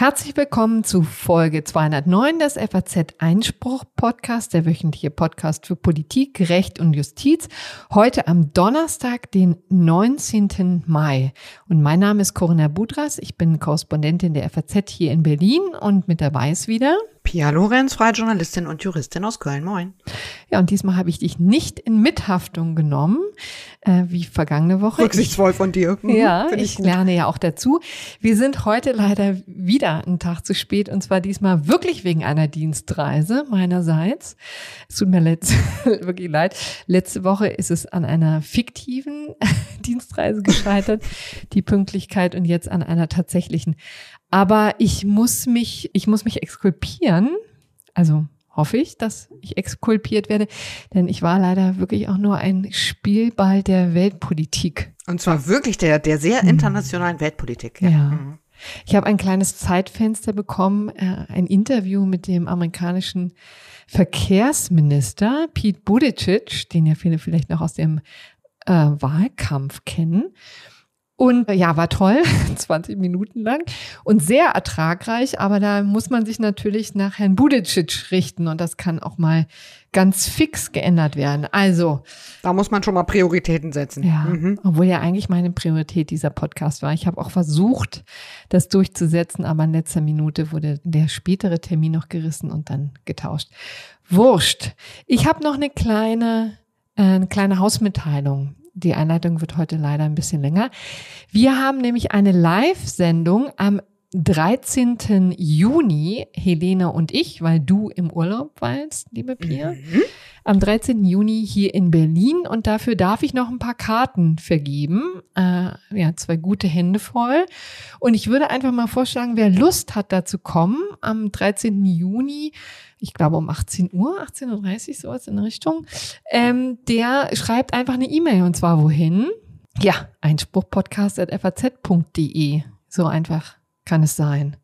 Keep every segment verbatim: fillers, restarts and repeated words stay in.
Herzlich willkommen zu Folge zweihundertneun des F A Z-Einspruch-Podcast, der wöchentliche Podcast für Politik, Recht und Justiz. Heute am Donnerstag, den neunzehnten Mai. Und mein Name ist Corinna Budras. Ich bin Korrespondentin der F A Z hier in Berlin und mit dabei ist wieder Pia Lorenz, freie Journalistin und Juristin aus Köln. Moin. Ja, und diesmal habe ich dich nicht in Mithaftung genommen, äh, wie vergangene Woche. Rücksichtsvoll von dir. Mhm, ja, ich, ich lerne ja auch dazu. Wir sind heute leider wieder einen Tag zu spät und zwar diesmal wirklich wegen einer Dienstreise meinerseits. Es tut mir letzt, wirklich leid. Letzte Woche ist es an einer fiktiven Dienstreise gescheitert, die Pünktlichkeit, und jetzt an einer tatsächlichen. Aber ich muss mich, ich muss mich exkulpieren, also hoffe ich, dass ich exkulpiert werde, denn ich war leider wirklich auch nur ein Spielball der Weltpolitik. Und zwar wirklich der, der sehr internationalen Weltpolitik. Ja. ja. Mhm. Ich habe ein kleines Zeitfenster bekommen, äh, ein Interview mit dem amerikanischen Verkehrsminister Pete Buttigieg, den ja viele vielleicht noch aus dem äh, Wahlkampf kennen. Und ja, war toll, zwanzig Minuten lang und sehr ertragreich, aber da muss man sich natürlich nach Herrn Buttigieg richten und das kann auch mal ganz fix geändert werden. Also da muss man schon mal Prioritäten setzen. Ja, mhm. Obwohl ja eigentlich meine Priorität dieser Podcast war. Ich habe auch versucht, das durchzusetzen, aber in letzter Minute wurde der spätere Termin noch gerissen und dann getauscht. Wurscht. Ich habe noch eine kleine, äh, eine kleine Hausmitteilung. Die Einleitung wird heute leider ein bisschen länger. Wir haben nämlich eine Live-Sendung am dreizehnten Juni, Helene und ich, weil du im Urlaub warst, liebe Pia, mhm. am dreizehnten Juni hier in Berlin, und dafür darf ich noch ein paar Karten vergeben. Äh, ja, zwei gute Hände voll. Und ich würde einfach mal vorschlagen, wer Lust hat, da zu kommen, am dreizehnten Juni, ich glaube um achtzehn Uhr, achtzehn Uhr dreißig, sowas in der Richtung, ähm, der schreibt einfach eine E-Mail, und zwar wohin? Ja, einspruchpodcast at f a z punkt d e. So einfach kann es sein.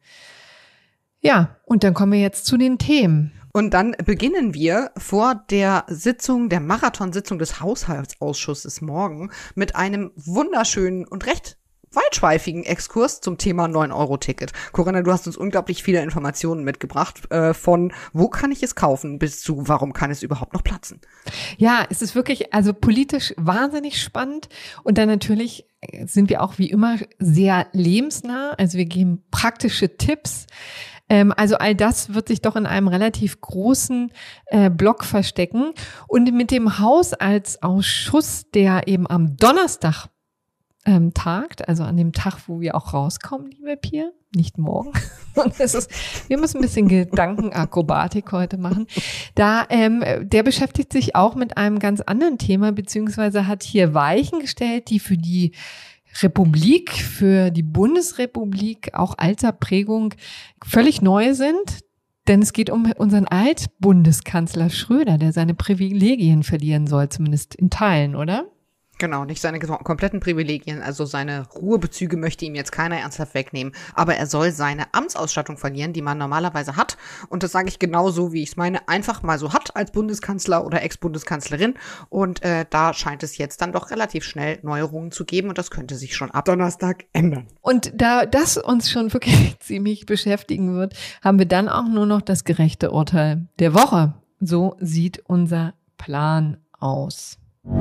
Ja, und dann kommen wir jetzt zu den Themen. Und dann beginnen wir vor der Sitzung, der Marathonsitzung des Haushaltsausschusses morgen mit einem wunderschönen und recht weitschweifigen Exkurs zum Thema neun Euro Ticket. Corinna, du hast uns unglaublich viele Informationen mitgebracht, äh, von wo kann ich es kaufen bis zu warum kann es überhaupt noch platzen. Ja, es ist wirklich also politisch wahnsinnig spannend, und dann natürlich sind wir auch wie immer sehr lebensnah, also wir geben praktische Tipps. Ähm, also all das wird sich doch in einem relativ großen äh, Block verstecken, und mit dem Haushaltsausschuss, der eben am Donnerstag Ähm, tagt, also an dem Tag, wo wir auch rauskommen, liebe Pia, nicht morgen. Und es ist, wir müssen ein bisschen Gedankenakrobatik heute machen. Da, ähm, der beschäftigt sich auch mit einem ganz anderen Thema, beziehungsweise hat hier Weichen gestellt, die für die Republik, für die Bundesrepublik auch alter Prägung völlig neu sind. Denn es geht um unseren Altbundeskanzler Schröder, der seine Privilegien verlieren soll, zumindest in Teilen, oder? Genau, nicht seine kompletten Privilegien, also seine Ruhebezüge möchte ihm jetzt keiner ernsthaft wegnehmen, aber er soll seine Amtsausstattung verlieren, die man normalerweise hat, und das sage ich genauso, wie ich es meine, einfach mal so hat als Bundeskanzler oder Ex-Bundeskanzlerin, und äh, da scheint es jetzt dann doch relativ schnell Neuerungen zu geben, und das könnte sich schon ab Donnerstag ändern. Und da das uns schon wirklich ziemlich beschäftigen wird, haben wir dann auch nur noch das gerechte Urteil der Woche. So sieht unser Plan aus.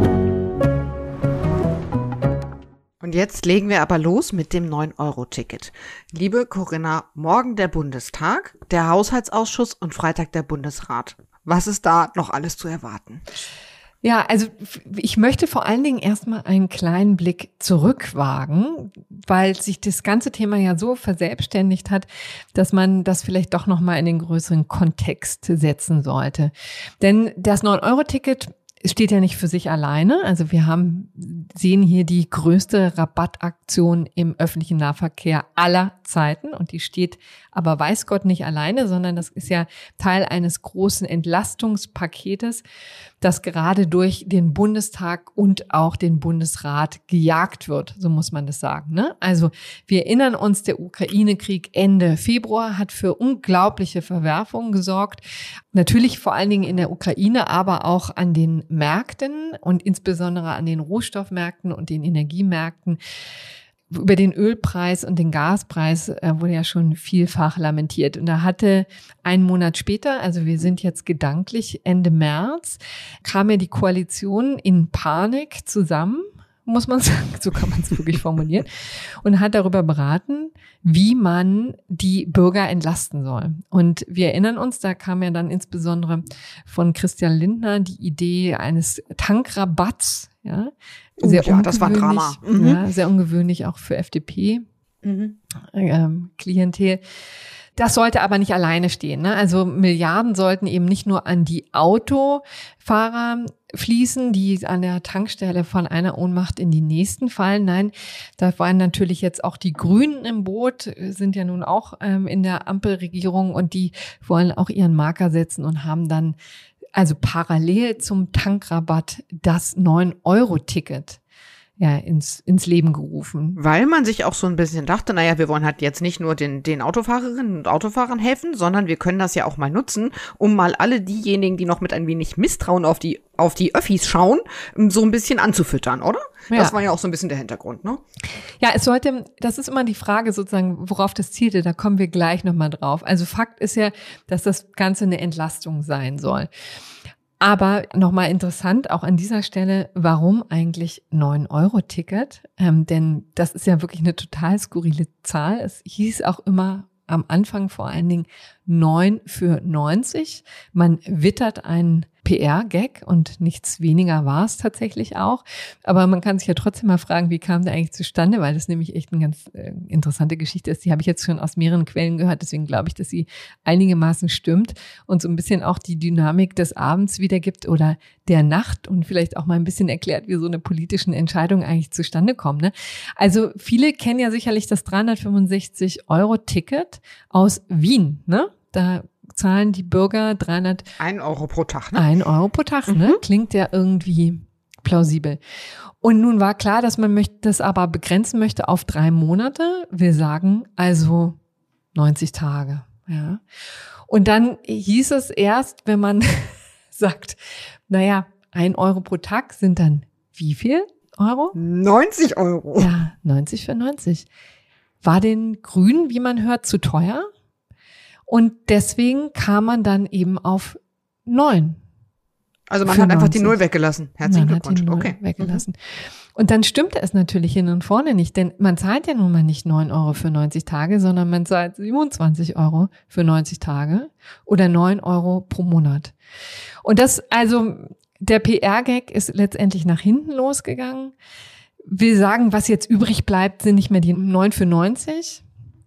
Und jetzt legen wir aber los mit dem neun Euro Ticket. Liebe Corinna, morgen der Bundestag, der Haushaltsausschuss und Freitag der Bundesrat. Was ist da noch alles zu erwarten? Ja, also ich möchte vor allen Dingen erstmal einen kleinen Blick zurückwagen, weil sich das ganze Thema ja so verselbstständigt hat, dass man das vielleicht doch nochmal in den größeren Kontext setzen sollte. Denn das neun Euro Ticket steht ja nicht für sich alleine. Also wir haben, sehen hier die größte Rabattaktion im öffentlichen Nahverkehr aller Zeiten, und die steht aber weiß Gott nicht alleine, sondern das ist ja Teil eines großen Entlastungspaketes, das gerade durch den Bundestag und auch den Bundesrat gejagt wird, so muss man das sagen, ne? Also wir erinnern uns, der Ukraine-Krieg Ende Februar hat für unglaubliche Verwerfungen gesorgt. Natürlich vor allen Dingen in der Ukraine, aber auch an den Märkten und insbesondere an den Rohstoffmärkten und den Energiemärkten. über den Ölpreis und den Gaspreis äh, wurde ja schon vielfach lamentiert. Und da hatte einen Monat später, also wir sind jetzt gedanklich Ende März, kam ja die Koalition in Panik zusammen, muss man sagen, so kann man es wirklich formulieren, und hat darüber beraten, wie man die Bürger entlasten soll. Und wir erinnern uns, da kam ja dann insbesondere von Christian Lindner die Idee eines Tankrabatts, ja. Sehr oh, ja, das war Drama. Mhm. Ja, sehr ungewöhnlich auch für F D P, mhm. ähm, Klientel. Das sollte aber nicht alleine stehen, ne? Also Milliarden sollten eben nicht nur an die Autofahrer fließen, die an der Tankstelle von einer Ohnmacht in die nächsten fallen. Nein, da waren natürlich jetzt auch die Grünen im Boot, sind ja nun auch ähm, in der Ampelregierung, und die wollen auch ihren Marker setzen und haben dann also parallel zum Tankrabatt das neun Euro Ticket ja, ins, ins Leben gerufen. Weil man sich auch so ein bisschen dachte, naja, wir wollen halt jetzt nicht nur den, den Autofahrerinnen und Autofahrern helfen, sondern wir können das ja auch mal nutzen, um mal alle diejenigen, die noch mit ein wenig Misstrauen auf die, auf die Öffis schauen, so ein bisschen anzufüttern, oder? Ja. Das war ja auch so ein bisschen der Hintergrund, ne? Ja, es sollte, das ist immer die Frage sozusagen, worauf das zielte, da kommen wir gleich nochmal drauf. Also Fakt ist ja, dass das Ganze eine Entlastung sein soll. Aber nochmal interessant, auch an dieser Stelle, warum eigentlich neun Euro Ticket? Ähm, denn das ist ja wirklich eine total skurrile Zahl. Es hieß auch immer am Anfang vor allen Dingen neun für neunzig. Man wittert einen P R-Gag und nichts weniger war es tatsächlich auch. Aber man kann sich ja trotzdem mal fragen, wie kam der eigentlich zustande, weil das nämlich echt eine ganz äh, interessante Geschichte ist. Die habe ich jetzt schon aus mehreren Quellen gehört, deswegen glaube ich, dass sie einigermaßen stimmt und so ein bisschen auch die Dynamik des Abends wiedergibt oder der Nacht und vielleicht auch mal ein bisschen erklärt, wie so eine politische Entscheidung eigentlich zustande kommt. Ne? Also viele kennen ja sicherlich das dreihundertfünfundsechzig Euro Ticket aus Wien, ne? Da zahlen die Bürger dreihundert Ein Euro pro Tag, ne? Ein Euro pro Tag, ne? Mhm. Klingt ja irgendwie plausibel. Und nun war klar, dass man möchte, das aber begrenzen möchte auf drei Monate. Wir sagen also neunzig Tage, ja. Und dann hieß es erst, wenn man sagt, naja, ein Euro pro Tag sind dann wie viel Euro? neunzig Euro. Ja, neunzig für neunzig. War den Grünen, wie man hört, zu teuer? Und deswegen kam man dann eben auf neun. Also man hat einfach die Null weggelassen. Herzlichen man Glückwunsch. Hat die Null okay. weggelassen. Mhm. Und dann stimmte es natürlich hin und vorne nicht, denn man zahlt ja nun mal nicht neun Euro für neunzig Tage, sondern man zahlt siebenundzwanzig Euro für neunzig Tage oder neun Euro pro Monat. Und das, also der P R-Gag ist letztendlich nach hinten losgegangen. Will sagen, was jetzt übrig bleibt, sind nicht mehr die neun für neunzig,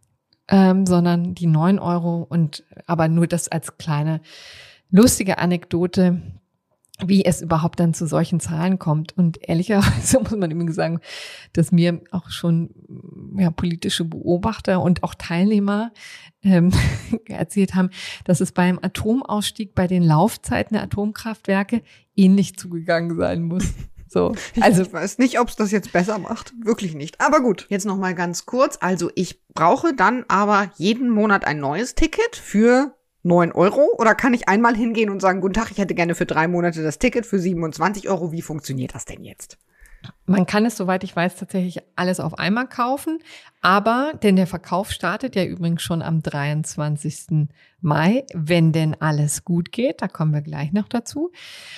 Ähm, sondern die neun Euro und aber nur das als kleine lustige Anekdote, wie es überhaupt dann zu solchen Zahlen kommt. Und ehrlicherweise muss man eben sagen, dass mir auch schon ja, politische Beobachter und auch Teilnehmer ähm, erzählt haben, dass es beim Atomausstieg, bei den Laufzeiten der Atomkraftwerke ähnlich zugegangen sein muss. So, also ich weiß nicht, ob es das jetzt besser macht. Wirklich nicht. Aber gut, jetzt noch mal ganz kurz. Also ich brauche dann aber jeden Monat ein neues Ticket für neun Euro? Oder kann ich einmal hingehen und sagen, guten Tag, ich hätte gerne für drei Monate das Ticket für siebenundzwanzig Euro. Wie funktioniert das denn jetzt? Man kann es, soweit ich weiß, tatsächlich alles auf einmal kaufen. Aber, denn der Verkauf startet ja übrigens schon am dreiundzwanzigsten Mai, wenn denn alles gut geht. Da kommen wir gleich noch dazu.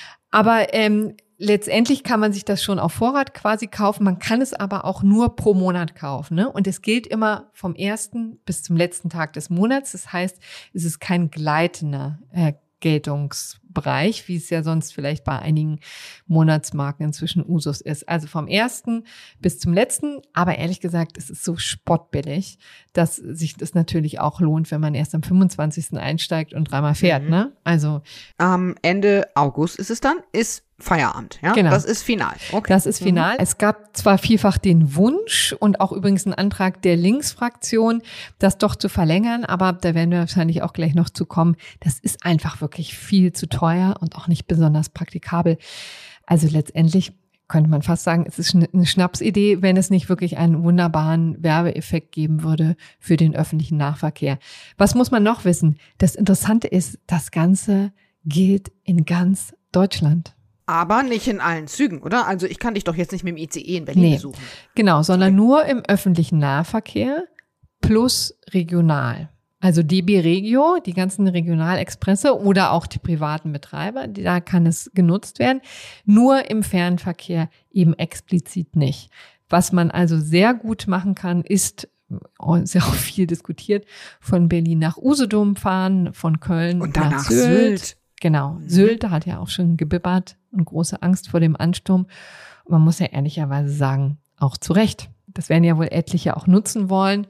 Aber ähm, letztendlich kann man sich das schon auf Vorrat quasi kaufen. Man kann es aber auch nur pro Monat kaufen, ne? Und es gilt immer vom ersten bis zum letzten Tag des Monats. Das heißt, es ist kein gleitender äh, Geltungsbereich, wie es ja sonst vielleicht bei einigen Monatsmarken inzwischen Usus ist. Also vom ersten bis zum letzten. Aber ehrlich gesagt, es ist so spottbillig, dass sich das natürlich auch lohnt, wenn man erst am fünfundzwanzigsten einsteigt und dreimal fährt, mhm. ne? Also am Ende August ist es dann, ist Feierabend, ja? Genau. Das ist final. Okay. Das ist final. Mhm. Es gab zwar vielfach den Wunsch und auch übrigens einen Antrag der Linksfraktion, das doch zu verlängern, aber da werden wir wahrscheinlich auch gleich noch zu kommen. Das ist einfach wirklich viel zu teuer und auch nicht besonders praktikabel. Also letztendlich könnte man fast sagen, es ist eine Schnapsidee, wenn es nicht wirklich einen wunderbaren Werbeeffekt geben würde für den öffentlichen Nahverkehr. Was muss man noch wissen? Das Interessante ist, das Ganze gilt in ganz Deutschland. Aber nicht in allen Zügen, oder? Also ich kann dich doch jetzt nicht mit dem I C E in Berlin nee, besuchen. Genau, sondern nur im öffentlichen Nahverkehr plus regional. Also D B Regio, die ganzen Regionalexpresse oder auch die privaten Betreiber, da kann es genutzt werden. Nur im Fernverkehr eben explizit nicht. Was man also sehr gut machen kann, ist, sehr auch viel diskutiert, von Berlin nach Usedom fahren, von Köln und danach nach Sylt. Sylt. Genau, Sylt, da hat ja auch schon gebibbert und große Angst vor dem Ansturm. Und man muss ja ehrlicherweise sagen, auch zu Recht. Das werden ja wohl etliche auch nutzen wollen.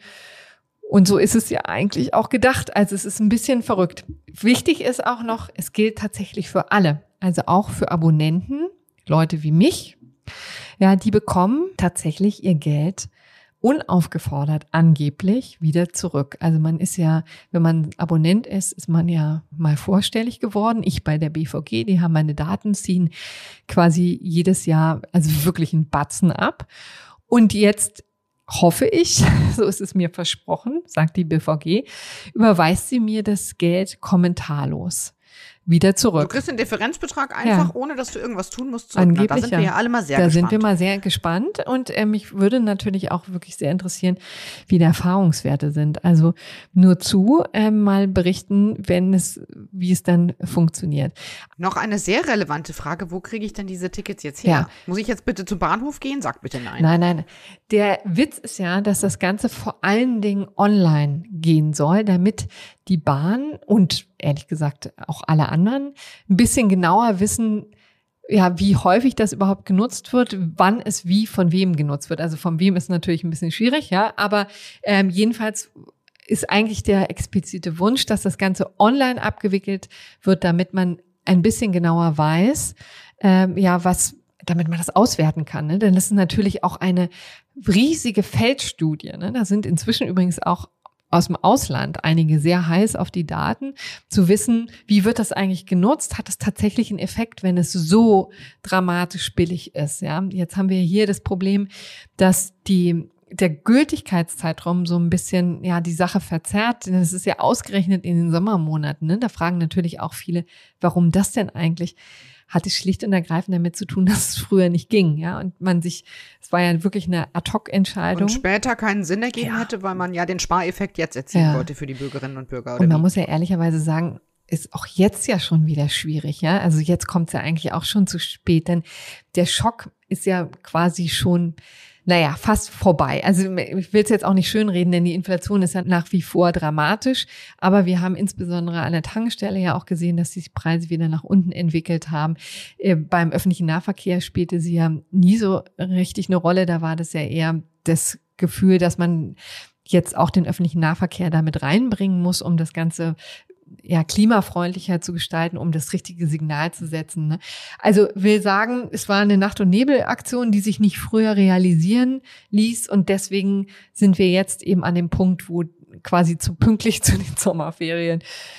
Und so ist es ja eigentlich auch gedacht. Also es ist ein bisschen verrückt. Wichtig ist auch noch, es gilt tatsächlich für alle. Also auch für Abonnenten, Leute wie mich. Ja, die bekommen tatsächlich ihr Geld unaufgefordert angeblich wieder zurück. Also man ist ja, wenn man Abonnent ist, ist man ja mal vorstellig geworden. Ich bei der B V G, die haben meine Daten, ziehen quasi jedes Jahr also wirklich einen Batzen ab. Und jetzt hoffe ich, so ist es mir versprochen, sagt die B V G, überweist sie mir das Geld kommentarlos wieder zurück. Du kriegst den Differenzbetrag einfach, ja, ohne dass du irgendwas tun musst, zurück. Angeblich, da sind ja. wir ja alle mal sehr da gespannt. Da sind wir mal sehr gespannt und äh, mich würde natürlich auch wirklich sehr interessieren, wie die Erfahrungswerte sind. Also nur zu äh, mal berichten, wenn es, wie es dann funktioniert. Noch eine sehr relevante Frage, wo kriege ich denn diese Tickets jetzt her? Ja. Muss ich jetzt bitte zum Bahnhof gehen? Sag bitte nein. Nein, nein. Der Witz ist ja, dass das Ganze vor allen Dingen online gehen soll, damit die Bahn und ehrlich gesagt auch alle anderen ein bisschen genauer wissen, ja, wie häufig das überhaupt genutzt wird, wann es wie von wem genutzt wird. Also von wem ist natürlich ein bisschen schwierig, ja, aber ähm, jedenfalls ist eigentlich der explizite Wunsch, dass das Ganze online abgewickelt wird, damit man ein bisschen genauer weiß, ähm, ja, was, damit man das auswerten kann, ne? Denn das ist natürlich auch eine riesige Feldstudie, ne? Da sind inzwischen übrigens auch aus dem Ausland einige sehr heiß auf die Daten, zu wissen, wie wird das eigentlich genutzt? Hat es tatsächlich einen Effekt, wenn es so dramatisch billig ist? Ja, jetzt haben wir hier das Problem, dass die der Gültigkeitszeitraum so ein bisschen ja die Sache verzerrt. Denn es ist ja ausgerechnet in den Sommermonaten. Ne? Da fragen natürlich auch viele, warum das denn eigentlich? Hat es schlicht und ergreifend damit zu tun, dass es früher nicht ging, ja, und man sich, es war ja wirklich eine Ad-hoc-Entscheidung. Und später keinen Sinn ergeben ja. hätte, weil man ja den Spareffekt jetzt erzielen ja. wollte für die Bürgerinnen und Bürger. Oder und man wie? muss ja ehrlicherweise sagen, ist auch jetzt ja schon wieder schwierig, ja, also jetzt kommt es ja eigentlich auch schon zu spät, denn der Schock ist ja quasi schon, naja, fast vorbei. Also ich will es jetzt auch nicht schönreden, denn die Inflation ist ja nach wie vor dramatisch. Aber wir haben insbesondere an der Tankstelle ja auch gesehen, dass sich die Preise wieder nach unten entwickelt haben. Äh, beim öffentlichen Nahverkehr spielte sie ja nie so richtig eine Rolle. Da war das ja eher das Gefühl, dass man jetzt auch den öffentlichen Nahverkehr damit reinbringen muss, um das Ganze ja klimafreundlicher zu gestalten, um das richtige Signal zu setzen. Ne? Also will sagen, es war eine Nacht- und Nebel-Aktion, die sich nicht früher realisieren ließ und deswegen sind wir jetzt eben an dem Punkt, wo quasi zu pünktlich zu den Sommerferien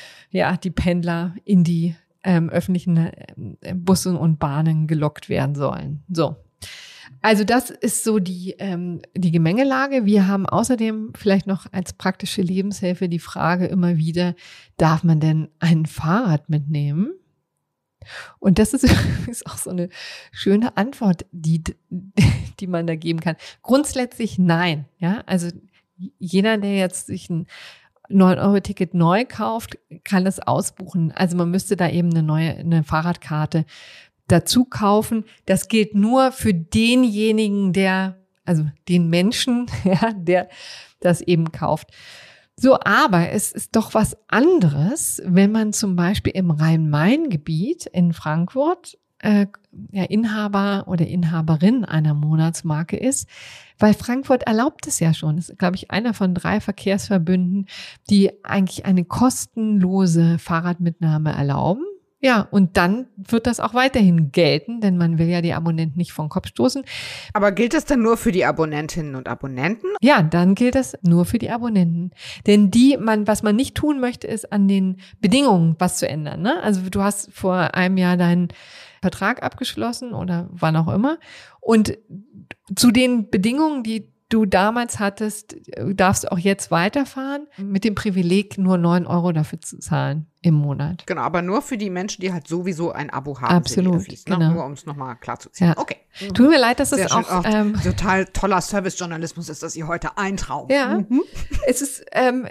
ja die Pendler in die ähm, öffentlichen äh, Busse und Bahnen gelockt werden sollen. So. Also das ist so die ähm, die Gemengelage. Wir haben außerdem vielleicht noch als praktische Lebenshilfe die Frage immer wieder, darf man denn ein Fahrrad mitnehmen? Und das ist, ist auch so eine schöne Antwort, die die man da geben kann. Grundsätzlich nein. Ja, also jeder, der jetzt sich ein neun Euro Ticket neu kauft, kann es ausbuchen. Also man müsste da eben eine neue eine Fahrradkarte dazu kaufen. Das gilt nur für denjenigen, der, also den Menschen, ja, der das eben kauft. So, aber es ist doch was anderes, wenn man zum Beispiel im Rhein-Main-Gebiet in Frankfurt äh, ja, Inhaber oder Inhaberin einer Monatsmarke ist, weil Frankfurt erlaubt es ja schon. Das ist, glaube ich, einer von drei Verkehrsverbünden, die eigentlich eine kostenlose Fahrradmitnahme erlauben. Ja, und dann wird das auch weiterhin gelten, denn man will ja die Abonnenten nicht vom Kopf stoßen. Aber gilt das dann nur für die Abonnentinnen und Abonnenten? Ja, dann gilt das nur für die Abonnenten. Denn die, man, was man nicht tun möchte, ist an den Bedingungen was zu ändern. Ne? Also du hast vor einem Jahr deinen Vertrag abgeschlossen oder wann auch immer. Und zu den Bedingungen, die du damals hattest, darfst du auch jetzt weiterfahren, mit dem Privileg nur neun Euro dafür zu zahlen im Monat. Genau, aber nur für die Menschen, die halt sowieso ein Abo haben. Absolut, Fees, ne? genau. Nur um es nochmal klar zu ziehen. Ja. Okay. Tut mir leid, dass Sehr es schön. auch... Ach, Ähm, total toller Service-Journalismus ist das hier heute. Ein Traum. Ja, Mhm. es ist, ähm,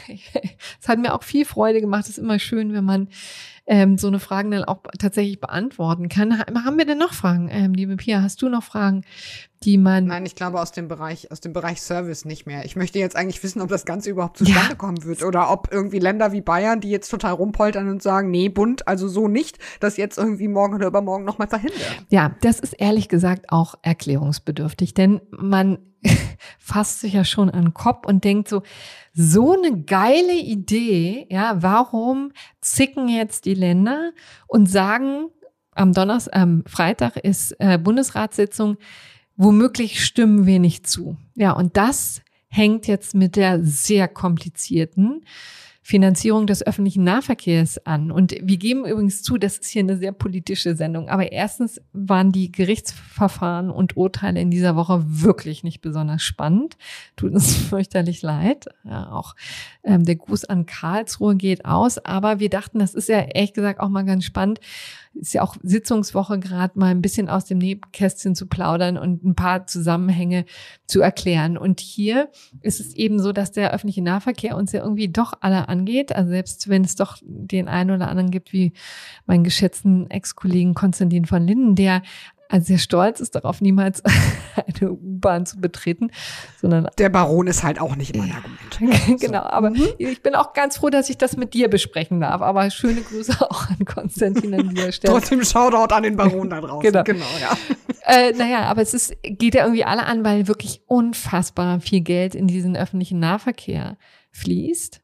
es hat mir auch viel Freude gemacht. Es ist immer schön, wenn man ähm, so eine Fragen dann auch tatsächlich beantworten kann. Ha- Haben wir denn noch Fragen, ähm, liebe Pia? Hast du noch Fragen, die man... Nein, ich glaube aus dem Bereich, aus dem Bereich Service nicht mehr. Ich möchte jetzt eigentlich wissen, ob das Ganze überhaupt zustande Ja. kommen wird oder ob irgendwie Länder wie Bayern, die jetzt total rumpoltern und sagen, nee, Bund, also so nicht, das jetzt irgendwie morgen oder übermorgen nochmal verhindern. Ja, das ist ehrlich gesagt auch erklärungsbedürftig, denn man fasst sich ja schon an den Kopf und denkt so, so eine geile Idee, ja, warum zicken jetzt die Länder und sagen, am Donnerstag, am Freitag ist äh, Bundesratssitzung, womöglich stimmen wir nicht zu. Ja, und das hängt jetzt mit der sehr komplizierten Finanzierung des öffentlichen Nahverkehrs an. Und wir geben übrigens zu, das ist hier eine sehr politische Sendung. Aber erstens waren die Gerichtsverfahren und Urteile in dieser Woche wirklich nicht besonders spannend. Tut uns fürchterlich leid. Ja, auch ähm, der Gruß an Karlsruhe geht aus. Aber wir dachten, das ist ja ehrlich gesagt auch mal ganz spannend. Ist ja auch Sitzungswoche gerade, mal ein bisschen aus dem Nähkästchen zu plaudern und ein paar Zusammenhänge zu erklären. Und hier ist es eben so, dass der öffentliche Nahverkehr uns ja irgendwie doch alle angeht. Also selbst wenn es doch den einen oder anderen gibt, wie meinen geschätzten Ex-Kollegen Konstantin von Linden, der also sehr stolz ist darauf, niemals eine U-Bahn zu betreten, sondern Der Baron ist halt auch nicht immer ein Argument. genau, aber ich bin auch ganz froh, dass ich das mit dir besprechen darf. Aber schöne Grüße auch an Konstantin an dieser Stelle. Trotzdem Shoutout an den Baron da draußen. Genau. genau ja. Äh, naja, aber es ist, geht ja irgendwie alle an, weil wirklich unfassbar viel Geld in diesen öffentlichen Nahverkehr fließt.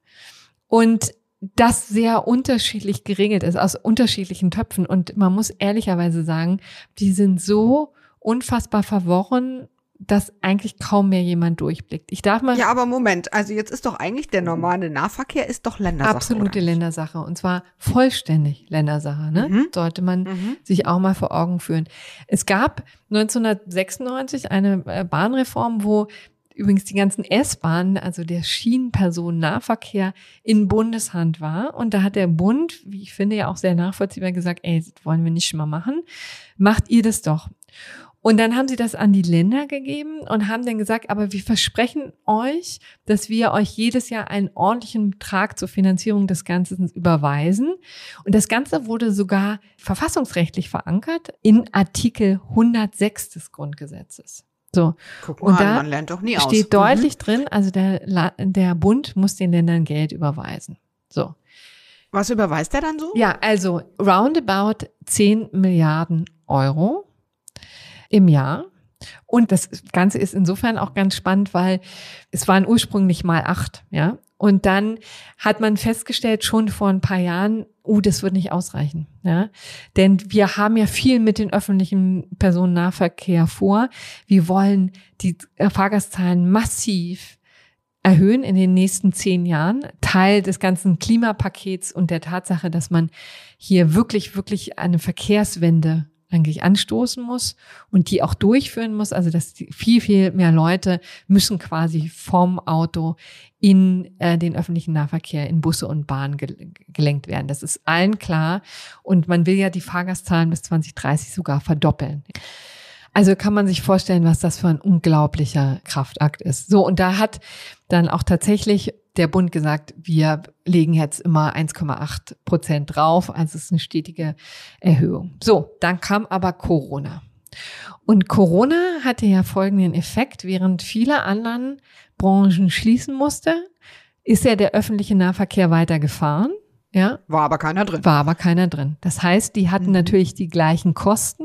Und das sehr unterschiedlich geregelt ist, aus unterschiedlichen Töpfen. Und man muss ehrlicherweise sagen, die sind so unfassbar verworren, dass eigentlich kaum mehr jemand durchblickt. Ich darf mal... Ja, aber Moment, also jetzt ist doch eigentlich der normale Nahverkehr ist doch Ländersache. Absolute oder? Ländersache. Und zwar vollständig Ländersache. Ne? Mhm. Sollte man Mhm. sich auch mal vor Augen führen. Es gab neunzehnhundertsechsundneunzig eine äh, Bahnreform, wo übrigens die ganzen S-Bahnen, also der Schienenpersonennahverkehr in Bundeshand war. Und da hat der Bund, wie ich finde, ja auch sehr nachvollziehbar gesagt, ey, das wollen wir nicht mal machen. Macht ihr das doch. Und dann haben sie das an die Länder gegeben und haben dann gesagt, aber wir versprechen euch, dass wir euch jedes Jahr einen ordentlichen Betrag zur Finanzierung des Ganzen überweisen. Und das Ganze wurde sogar verfassungsrechtlich verankert in Artikel hundertsechs des Grundgesetzes. So. Guck Und mal, da man lernt doch nie aus. steht deutlich drin, also der, La- der Bund muss den Ländern Geld überweisen. So. Was überweist der dann so? Ja, also roundabout zehn Milliarden Euro im Jahr. Und das Ganze ist insofern auch ganz spannend, weil es waren ursprünglich mal acht, ja. Und dann hat man festgestellt, schon vor ein paar Jahren, uh, das wird nicht ausreichen, ja. Denn wir haben ja viel mit dem öffentlichen Personennahverkehr vor. Wir wollen die Fahrgastzahlen massiv erhöhen in den nächsten zehn Jahren. Teil des ganzen Klimapakets und der Tatsache, dass man hier wirklich, wirklich eine Verkehrswende eigentlich anstoßen muss und die auch durchführen muss. Also dass die, viel, viel mehr Leute müssen quasi vom Auto in äh, den öffentlichen Nahverkehr, in Busse und Bahnen gel- gelenkt werden. Das ist allen klar. Und man will ja die Fahrgastzahlen bis zwanzig dreißig sogar verdoppeln. Also kann man sich vorstellen, was das für ein unglaublicher Kraftakt ist. So, und da hat dann auch tatsächlich der Bund gesagt, wir legen jetzt immer eins Komma acht Prozent drauf, also es ist eine stetige Erhöhung. So, dann kam aber Corona. Und Corona hatte ja folgenden Effekt, während viele anderen Branchen schließen musste, ist ja der öffentliche Nahverkehr weitergefahren. Ja, War aber keiner drin. war aber keiner drin. Das heißt, die hatten natürlich die gleichen Kosten,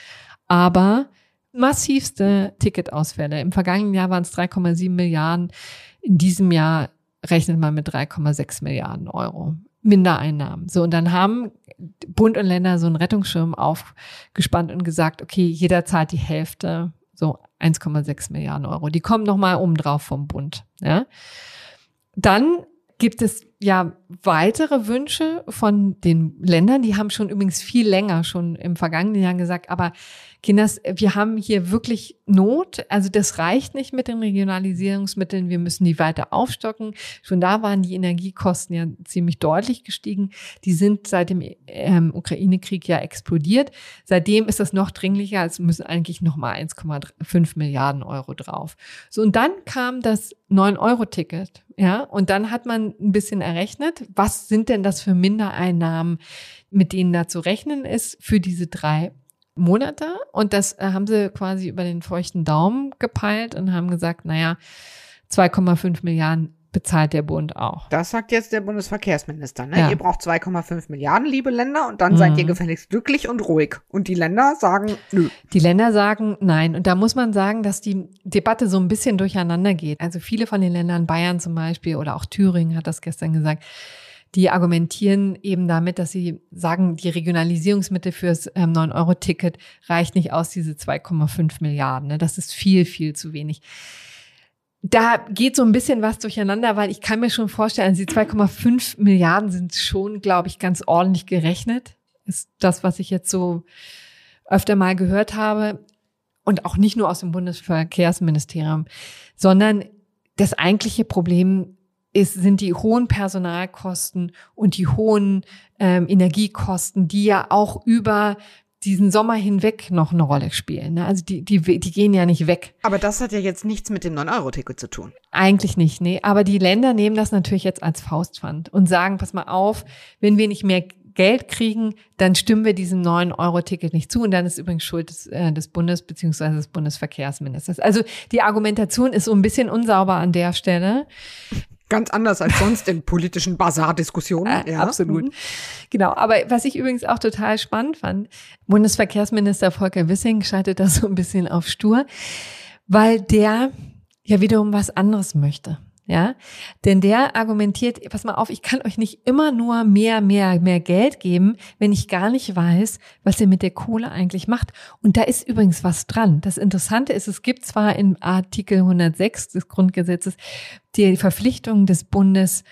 aber massivste Ticketausfälle. Im vergangenen Jahr waren es drei Komma sieben Milliarden. In diesem Jahr rechnet man mit drei Komma sechs Milliarden Euro Mindereinnahmen. So, und dann haben Bund und Länder so einen Rettungsschirm aufgespannt und gesagt, okay, jeder zahlt die Hälfte, so eins Komma sechs Milliarden Euro. Die kommen nochmal oben drauf vom Bund. Ja. Dann gibt es ja weitere Wünsche von den Ländern, die haben schon übrigens viel länger, schon im vergangenen Jahr gesagt, aber Kinders, wir haben hier wirklich Not, also das reicht nicht mit den Regionalisierungsmitteln, wir müssen die weiter aufstocken. Schon da waren die Energiekosten ja ziemlich deutlich gestiegen. Die sind seit dem ähm, Ukraine-Krieg ja explodiert. Seitdem ist das noch dringlicher, es müssen eigentlich noch mal eins Komma fünf Milliarden Euro drauf. So, und dann kam das neun Euro Ticket, ja, und dann hat man ein bisschen errechnet, was sind denn das für Mindereinnahmen, mit denen da zu rechnen ist für diese drei Monate, und das äh, haben sie quasi über den feuchten Daumen gepeilt und haben gesagt, naja, zwei Komma fünf Milliarden bezahlt der Bund auch. Das sagt jetzt der Bundesverkehrsminister, ne? Ja. Ihr braucht zwei Komma fünf Milliarden, liebe Länder, und dann mhm. seid ihr gefälligst glücklich und ruhig. Und die Länder sagen, nö. Die Länder sagen nein. Und da muss man sagen, dass die Debatte so ein bisschen durcheinander geht. Also viele von den Ländern, Bayern zum Beispiel oder auch Thüringen hat das gestern gesagt, die argumentieren eben damit, dass sie sagen, die Regionalisierungsmittel fürs ähm, neun Euro Ticket reicht nicht aus, diese zwei Komma fünf Milliarden. Ne? Das ist viel, viel zu wenig. Da geht so ein bisschen was durcheinander, weil ich kann mir schon vorstellen, also die zwei Komma fünf Milliarden sind schon, glaube ich, ganz ordentlich gerechnet. Ist das, was ich jetzt so öfter mal gehört habe. Und auch nicht nur aus dem Bundesverkehrsministerium, sondern das eigentliche Problem ist, sind die hohen Personalkosten und die hohen ähm, Energiekosten, die ja auch über diesen Sommer hinweg noch eine Rolle spielen. Ne? Also die, die, die gehen ja nicht weg. Aber das hat ja jetzt nichts mit dem neun Euro Ticket zu tun. Eigentlich nicht, nee. Aber die Länder nehmen das natürlich jetzt als Faustpfand und sagen, pass mal auf, wenn wir nicht mehr Geld kriegen, dann stimmen wir diesem neun Euro Ticket nicht zu. Und dann ist übrigens Schuld des, äh, des Bundes bzw. des Bundesverkehrsministers. Also die Argumentation ist so ein bisschen unsauber an der Stelle. Ganz anders als sonst in politischen Basar-Diskussionen. Äh, ja. Absolut. Mhm. Genau. Aber was ich übrigens auch total spannend fand, Bundesverkehrsminister Volker Wissing schaltet das so ein bisschen auf stur, weil der ja wiederum was anderes möchte. Ja, denn der argumentiert, pass mal auf, ich kann euch nicht immer nur mehr, mehr, mehr Geld geben, wenn ich gar nicht weiß, was ihr mit der Kohle eigentlich macht. Und da ist übrigens was dran. Das Interessante ist, es gibt zwar in Artikel hundertsechs des Grundgesetzes die Verpflichtung des Bundes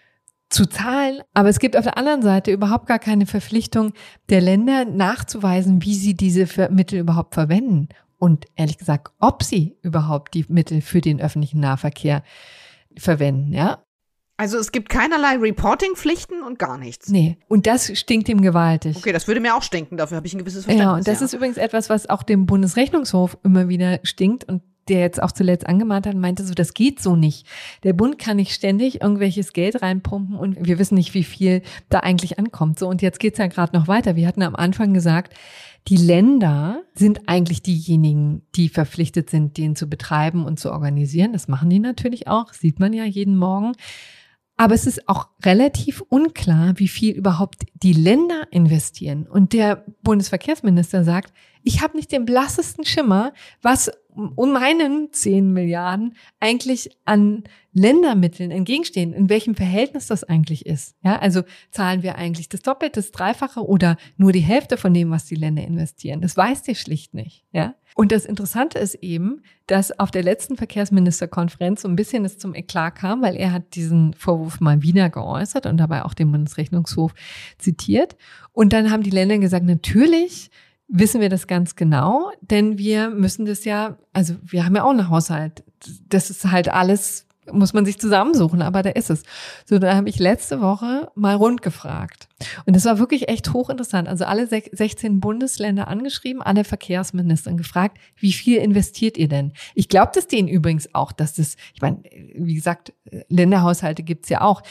zu zahlen, aber es gibt auf der anderen Seite überhaupt gar keine Verpflichtung der Länder nachzuweisen, wie sie diese Mittel überhaupt verwenden. Und ehrlich gesagt, ob sie überhaupt die Mittel für den öffentlichen Nahverkehr verwenden, ja. Also es gibt keinerlei Reporting-Pflichten und gar nichts. Nee, und das stinkt ihm gewaltig. Okay, das würde mir auch stinken, dafür habe ich ein gewisses Verständnis. Ja, und das ja. ist übrigens etwas, was auch dem Bundesrechnungshof immer wieder stinkt und der jetzt auch zuletzt angemahnt hat, meinte so, das geht so nicht. Der Bund kann nicht ständig irgendwelches Geld reinpumpen und wir wissen nicht, wie viel da eigentlich ankommt. So, und jetzt geht's ja gerade noch weiter. Wir hatten am Anfang gesagt, die Länder sind eigentlich diejenigen, die verpflichtet sind, den zu betreiben und zu organisieren. Das machen die natürlich auch, sieht man ja jeden Morgen. Aber es ist auch relativ unklar, wie viel überhaupt die Länder investieren. Und der Bundesverkehrsminister sagt, ich habe nicht den blassesten Schimmer, was um meinen zehn Milliarden eigentlich an Ländermitteln entgegenstehen, in welchem Verhältnis das eigentlich ist. Ja, also zahlen wir eigentlich das Doppelte, das Dreifache oder nur die Hälfte von dem, was die Länder investieren? Das weiß der schlicht nicht. Ja. Und das Interessante ist eben, dass auf der letzten Verkehrsministerkonferenz so ein bisschen es zum Eklat kam, weil er hat diesen Vorwurf mal wieder geäußert und dabei auch den Bundesrechnungshof zitiert. Und dann haben die Länder gesagt, natürlich wissen wir das ganz genau, denn wir müssen das ja, also wir haben ja auch einen Haushalt. Das ist halt alles, muss man sich zusammensuchen, aber da ist es. So, da habe ich letzte Woche mal rund gefragt. Und das war wirklich echt hochinteressant. Also alle sechzehn Bundesländer angeschrieben, alle Verkehrsminister gefragt, wie viel investiert ihr denn? Ich glaube das denen übrigens auch, dass das, ich meine, wie gesagt, Länderhaushalte gibt's ja auch.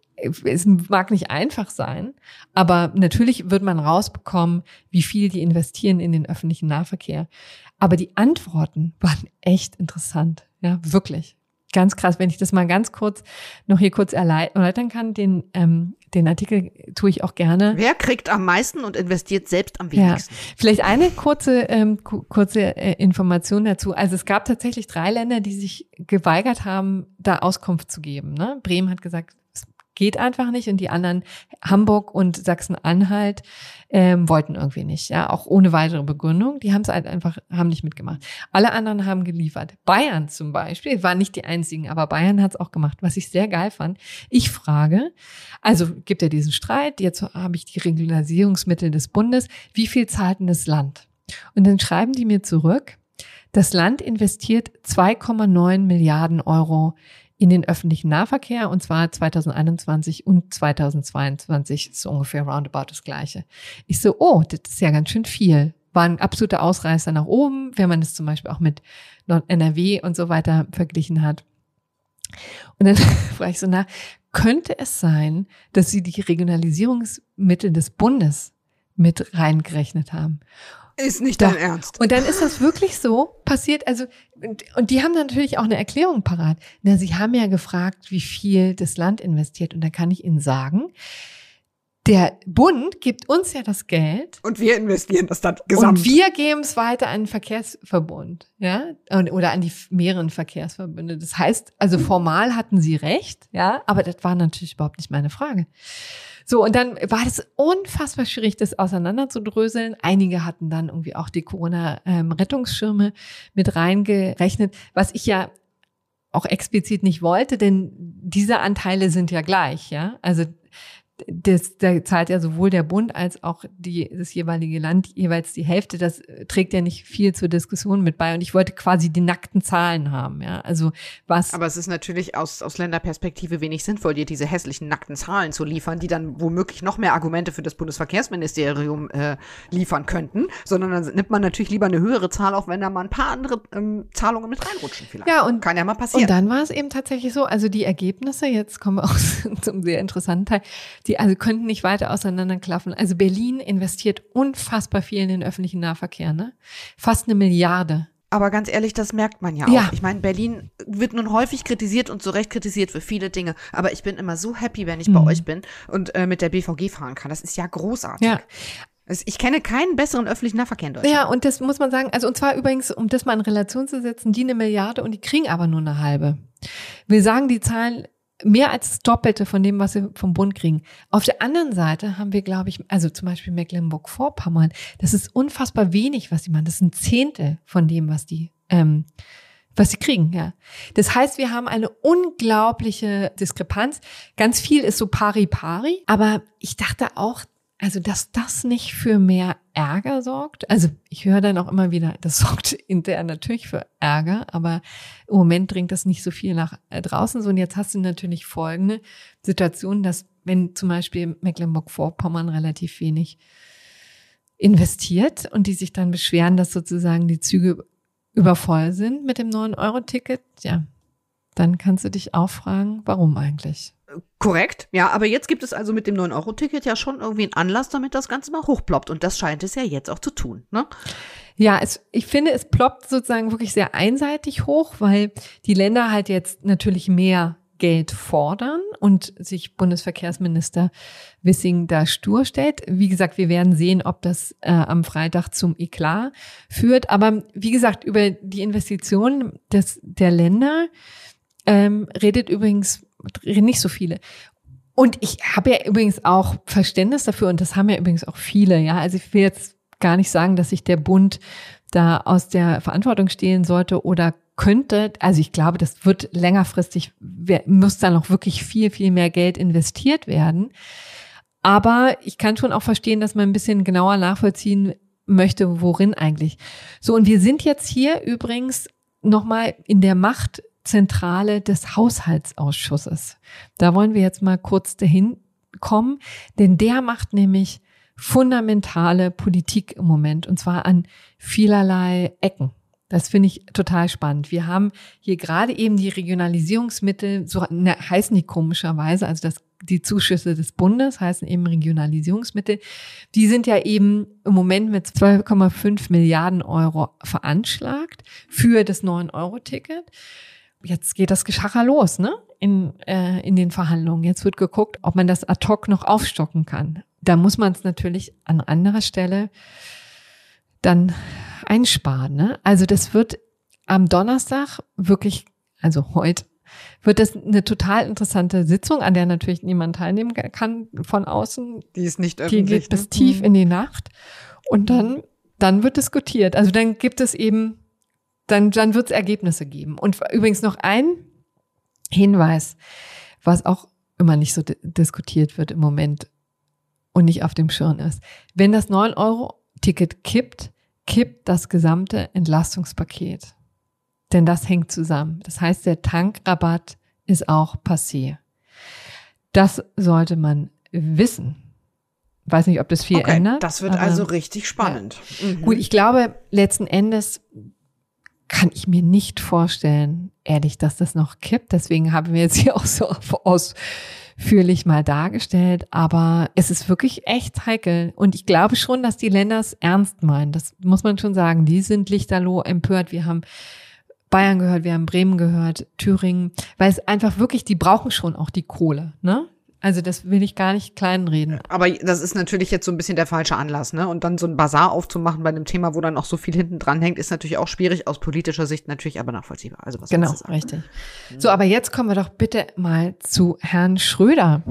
Es mag nicht einfach sein, aber natürlich wird man rausbekommen, wie viel die investieren in den öffentlichen Nahverkehr. Aber die Antworten waren echt interessant, ja, wirklich. Ganz krass, wenn ich das mal ganz kurz noch hier kurz erläutern kann, den ähm, den Artikel tue ich auch gerne. Wer kriegt am meisten und investiert selbst am wenigsten? Ja, vielleicht eine kurze ähm, kurze äh, Information dazu. Also es gab tatsächlich drei Länder, die sich geweigert haben, da Auskunft zu geben. Ne? Bremen hat gesagt, geht einfach nicht. Und die anderen, Hamburg und Sachsen-Anhalt, ähm, wollten irgendwie nicht, ja, auch ohne weitere Begründung. Die haben es halt einfach, haben nicht mitgemacht. Alle anderen haben geliefert. Bayern zum Beispiel, waren nicht die einzigen, aber Bayern hat es auch gemacht, was ich sehr geil fand. Ich frage, also gibt ja diesen Streit, jetzt habe ich die Regionalisierungsmittel des Bundes, wie viel zahlt denn das Land? Und dann schreiben die mir zurück, das Land investiert zwei Komma neun Milliarden Euro in den öffentlichen Nahverkehr, und zwar zwanzig einundzwanzig und zwanzig zweiundzwanzig ist so ungefähr roundabout das Gleiche. Ich so, oh, das ist ja ganz schön viel. War ein absoluter Ausreißer nach oben, wenn man das zum Beispiel auch mit N R W und so weiter verglichen hat. Und dann frage ich so nach, könnte es sein, dass sie die Regionalisierungsmittel des Bundes mit reingerechnet haben? Ist nicht Doch. dein Ernst. Und dann ist das wirklich so passiert, also, und, und die haben natürlich auch eine Erklärung parat. Na, sie haben ja gefragt, wie viel das Land investiert, und da kann ich Ihnen sagen, der Bund gibt uns ja das Geld. Und wir investieren das dann gesamt. Und wir geben es weiter an den Verkehrsverbund, ja, und, oder an die mehreren Verkehrsverbünde. Das heißt, also formal hatten sie recht, ja, aber das war natürlich überhaupt nicht meine Frage. So, und dann war das unfassbar schwierig, das auseinanderzudröseln. Einige hatten dann irgendwie auch die Corona-Rettungsschirme mit reingerechnet, was ich ja auch explizit nicht wollte, denn diese Anteile sind ja gleich, ja. Also das, da zahlt ja sowohl der Bund als auch die, das jeweilige Land jeweils die Hälfte. Das trägt ja nicht viel zur Diskussion mit bei. Und ich wollte quasi die nackten Zahlen haben, ja. Also was. Aber es ist natürlich aus, aus Länderperspektive wenig sinnvoll, dir diese hässlichen nackten Zahlen zu liefern, die dann womöglich noch mehr Argumente für das Bundesverkehrsministerium äh, liefern könnten, sondern dann nimmt man natürlich lieber eine höhere Zahl, auch wenn da mal ein paar andere ähm, Zahlungen mit reinrutschen vielleicht. Ja, und kann ja mal passieren. Und dann war es eben tatsächlich so, also die Ergebnisse, jetzt kommen wir auch zum sehr interessanten Teil, die also könnten nicht weiter auseinanderklaffen. Also Berlin investiert unfassbar viel in den öffentlichen Nahverkehr, ne? Fast eine Milliarde. Aber ganz ehrlich, das merkt man ja auch. Ja. Ich meine, Berlin wird nun häufig kritisiert und zu Recht kritisiert für viele Dinge. Aber ich bin immer so happy, wenn ich mhm. bei euch bin und äh, mit der B V G fahren kann. Das ist ja großartig. Ja. Ich kenne keinen besseren öffentlichen Nahverkehr in Deutschland. Ja, und das muss man sagen, also und zwar übrigens, um das mal in Relation zu setzen, die eine Milliarde und die kriegen aber nur eine halbe. Wir sagen, die zahlen mehr als das Doppelte von dem, was sie vom Bund kriegen. Auf der anderen Seite haben wir, glaube ich, also zum Beispiel Mecklenburg-Vorpommern, das ist unfassbar wenig, was die machen. Das ist ein Zehntel von dem, was die, ähm, was sie kriegen, ja. Das heißt, wir haben eine unglaubliche Diskrepanz. Ganz viel ist so pari-pari, aber ich dachte auch, also, dass das nicht für mehr Ärger sorgt. Also, ich höre dann auch immer wieder, das sorgt intern natürlich für Ärger, aber im Moment dringt das nicht so viel nach draußen. So, und jetzt hast du natürlich folgende Situation, dass wenn zum Beispiel Mecklenburg-Vorpommern relativ wenig investiert und die sich dann beschweren, dass sozusagen die Züge übervoll sind mit dem neun Euro Ticket, ja, dann kannst du dich auch fragen, warum eigentlich? Korrekt, ja, aber jetzt gibt es also mit dem neun Euro Ticket ja schon irgendwie einen Anlass, damit das Ganze mal hochploppt. Und das scheint es ja jetzt auch zu tun, ne? Ja, es, ich finde, es ploppt sozusagen wirklich sehr einseitig hoch, weil die Länder halt jetzt natürlich mehr Geld fordern und sich Bundesverkehrsminister Wissing da stur stellt. Wie gesagt, wir werden sehen, ob das äh, am Freitag zum Eklat führt. Aber wie gesagt, über die Investitionen des, der Länder ähm, redet übrigens nicht so viele. Und ich habe ja übrigens auch Verständnis dafür, und das haben ja übrigens auch viele, ja. Also ich will jetzt gar nicht sagen, dass sich der Bund da aus der Verantwortung stehlen sollte oder könnte. Also ich glaube, das wird längerfristig, muss da noch wirklich viel, viel mehr Geld investiert werden. Aber ich kann schon auch verstehen, dass man ein bisschen genauer nachvollziehen möchte, worin eigentlich. So, und wir sind jetzt hier übrigens nochmal in der Macht Zentrale des Haushaltsausschusses. Da wollen wir jetzt mal kurz dahin kommen, denn der macht nämlich fundamentale Politik im Moment, und zwar an vielerlei Ecken. Das finde ich total spannend. Wir haben hier gerade eben die Regionalisierungsmittel, so heißen die komischerweise, also das, die Zuschüsse des Bundes heißen eben Regionalisierungsmittel. Die sind ja eben im Moment mit zwei Komma fünf Milliarden Euro veranschlagt für das neun Euro Ticket. Jetzt geht das Geschacher los, ne? In, äh, in den Verhandlungen. Jetzt wird geguckt, ob man das ad hoc noch aufstocken kann. Da muss man es natürlich an anderer Stelle dann einsparen, ne? Also das wird am Donnerstag wirklich, also heute, wird das eine total interessante Sitzung, an der natürlich niemand teilnehmen kann von außen. Die ist nicht öffentlich. Die geht bis tief in die Nacht. Und dann, dann wird diskutiert. Also dann gibt es eben, dann, dann wird es Ergebnisse geben. Und übrigens noch ein Hinweis, was auch immer nicht so di- diskutiert wird im Moment und nicht auf dem Schirm ist. Wenn das neun Euro Ticket kippt, kippt das gesamte Entlastungspaket. Denn das hängt zusammen. Das heißt, der Tankrabatt ist auch passé. Das sollte man wissen. Ich weiß nicht, ob das viel okay, ändert. Das wird also richtig spannend. Ja. Mhm. Gut, ich glaube, letzten Endes kann ich mir nicht vorstellen, ehrlich, dass das noch kippt. Deswegen haben wir jetzt hier auch so ausführlich mal dargestellt. Aber es ist wirklich echt heikel. Und ich glaube schon, dass die Länder es ernst meinen. Das muss man schon sagen. Die sind lichterloh empört. Wir haben Bayern gehört, wir haben Bremen gehört, Thüringen. Weil es einfach wirklich, die brauchen schon auch die Kohle, ne? Also das will ich gar nicht kleinreden. Aber das ist natürlich jetzt so ein bisschen der falsche Anlass, ne? Und dann so ein Bazar aufzumachen bei einem Thema, wo dann auch so viel hinten dran hängt, ist natürlich auch schwierig, aus politischer Sicht natürlich aber nachvollziehbar. Also was genau, willst du sagen? Richtig. So, aber jetzt kommen wir doch bitte mal zu Herrn Schröder.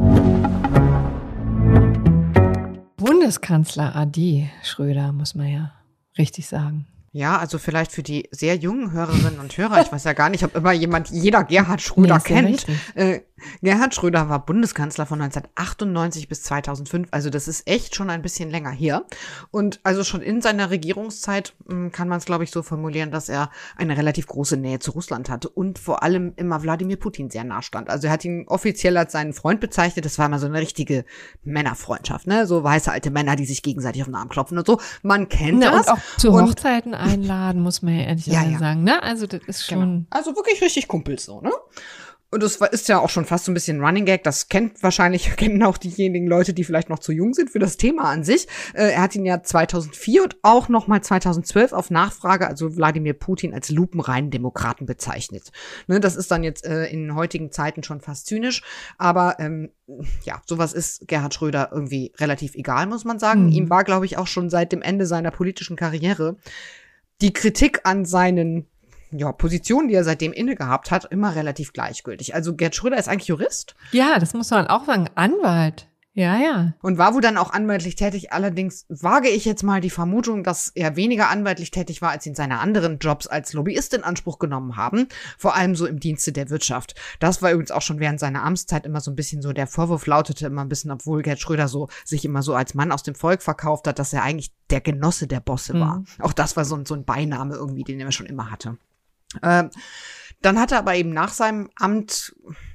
Bundeskanzler Adi Schröder, muss man ja richtig sagen. Ja, also vielleicht für die sehr jungen Hörerinnen und Hörer, ich weiß ja gar nicht, ob immer jemand, jeder Gerhard Schröder Nee, ist ja kennt. richtig. Äh, Gerhard Schröder war Bundeskanzler von neunzehnhundertachtundneunzig bis zweitausendfünf, also das ist echt schon ein bisschen länger her. Und also schon in seiner Regierungszeit mh, kann man es, glaube ich, so formulieren, dass er eine relativ große Nähe zu Russland hatte und vor allem immer Wladimir Putin sehr nah stand. Also er hat ihn offiziell als seinen Freund bezeichnet, das war immer so eine richtige Männerfreundschaft, ne? So weiße alte Männer, die sich gegenseitig auf den Arm klopfen und so. Man kennt Na, das. und auch zu Und- Hochzeiten einladen, muss man ja ehrlich Ja, ja. sagen. Ne? Also das ist schon... Genau. Also wirklich richtig Kumpels so, ne? Und das war- ist ja auch schon fast so ein bisschen Running Gag. Das kennt wahrscheinlich, kennen auch diejenigen Leute, die vielleicht noch zu jung sind für das Thema an sich. Äh, er hat ihn ja zweitausendvier und auch noch mal zweitausendzwölf auf Nachfrage, also Wladimir Putin, als lupenreinen Demokraten bezeichnet. Ne, das ist dann jetzt äh, in heutigen Zeiten schon fast zynisch. Aber ähm, ja, sowas ist Gerhard Schröder irgendwie relativ egal, muss man sagen. Mhm. Ihm war, glaube ich, auch schon seit dem Ende seiner politischen Karriere die Kritik an seinen ja, Positionen, die er seitdem inne gehabt hat, immer relativ gleichgültig. Also Gerd Schröder ist eigentlich Jurist Ja, das muss man auch sagen. Anwalt. Ja, ja. und war wohl dann auch anwaltlich tätig. Allerdings wage ich jetzt mal die Vermutung, dass er weniger anwaltlich tätig war, als ihn seine anderen Jobs als Lobbyist in Anspruch genommen haben. Vor allem so im Dienste der Wirtschaft. Das war übrigens auch schon während seiner Amtszeit immer so ein bisschen so, der Vorwurf lautete immer ein bisschen, obwohl Gerd Schröder so sich immer so als Mann aus dem Volk verkauft hat, dass er eigentlich der Genosse der Bosse Mhm. war. Auch das war so ein, so ein Beiname irgendwie, den er schon immer hatte. Ähm, dann hat er aber eben nach seinem Amt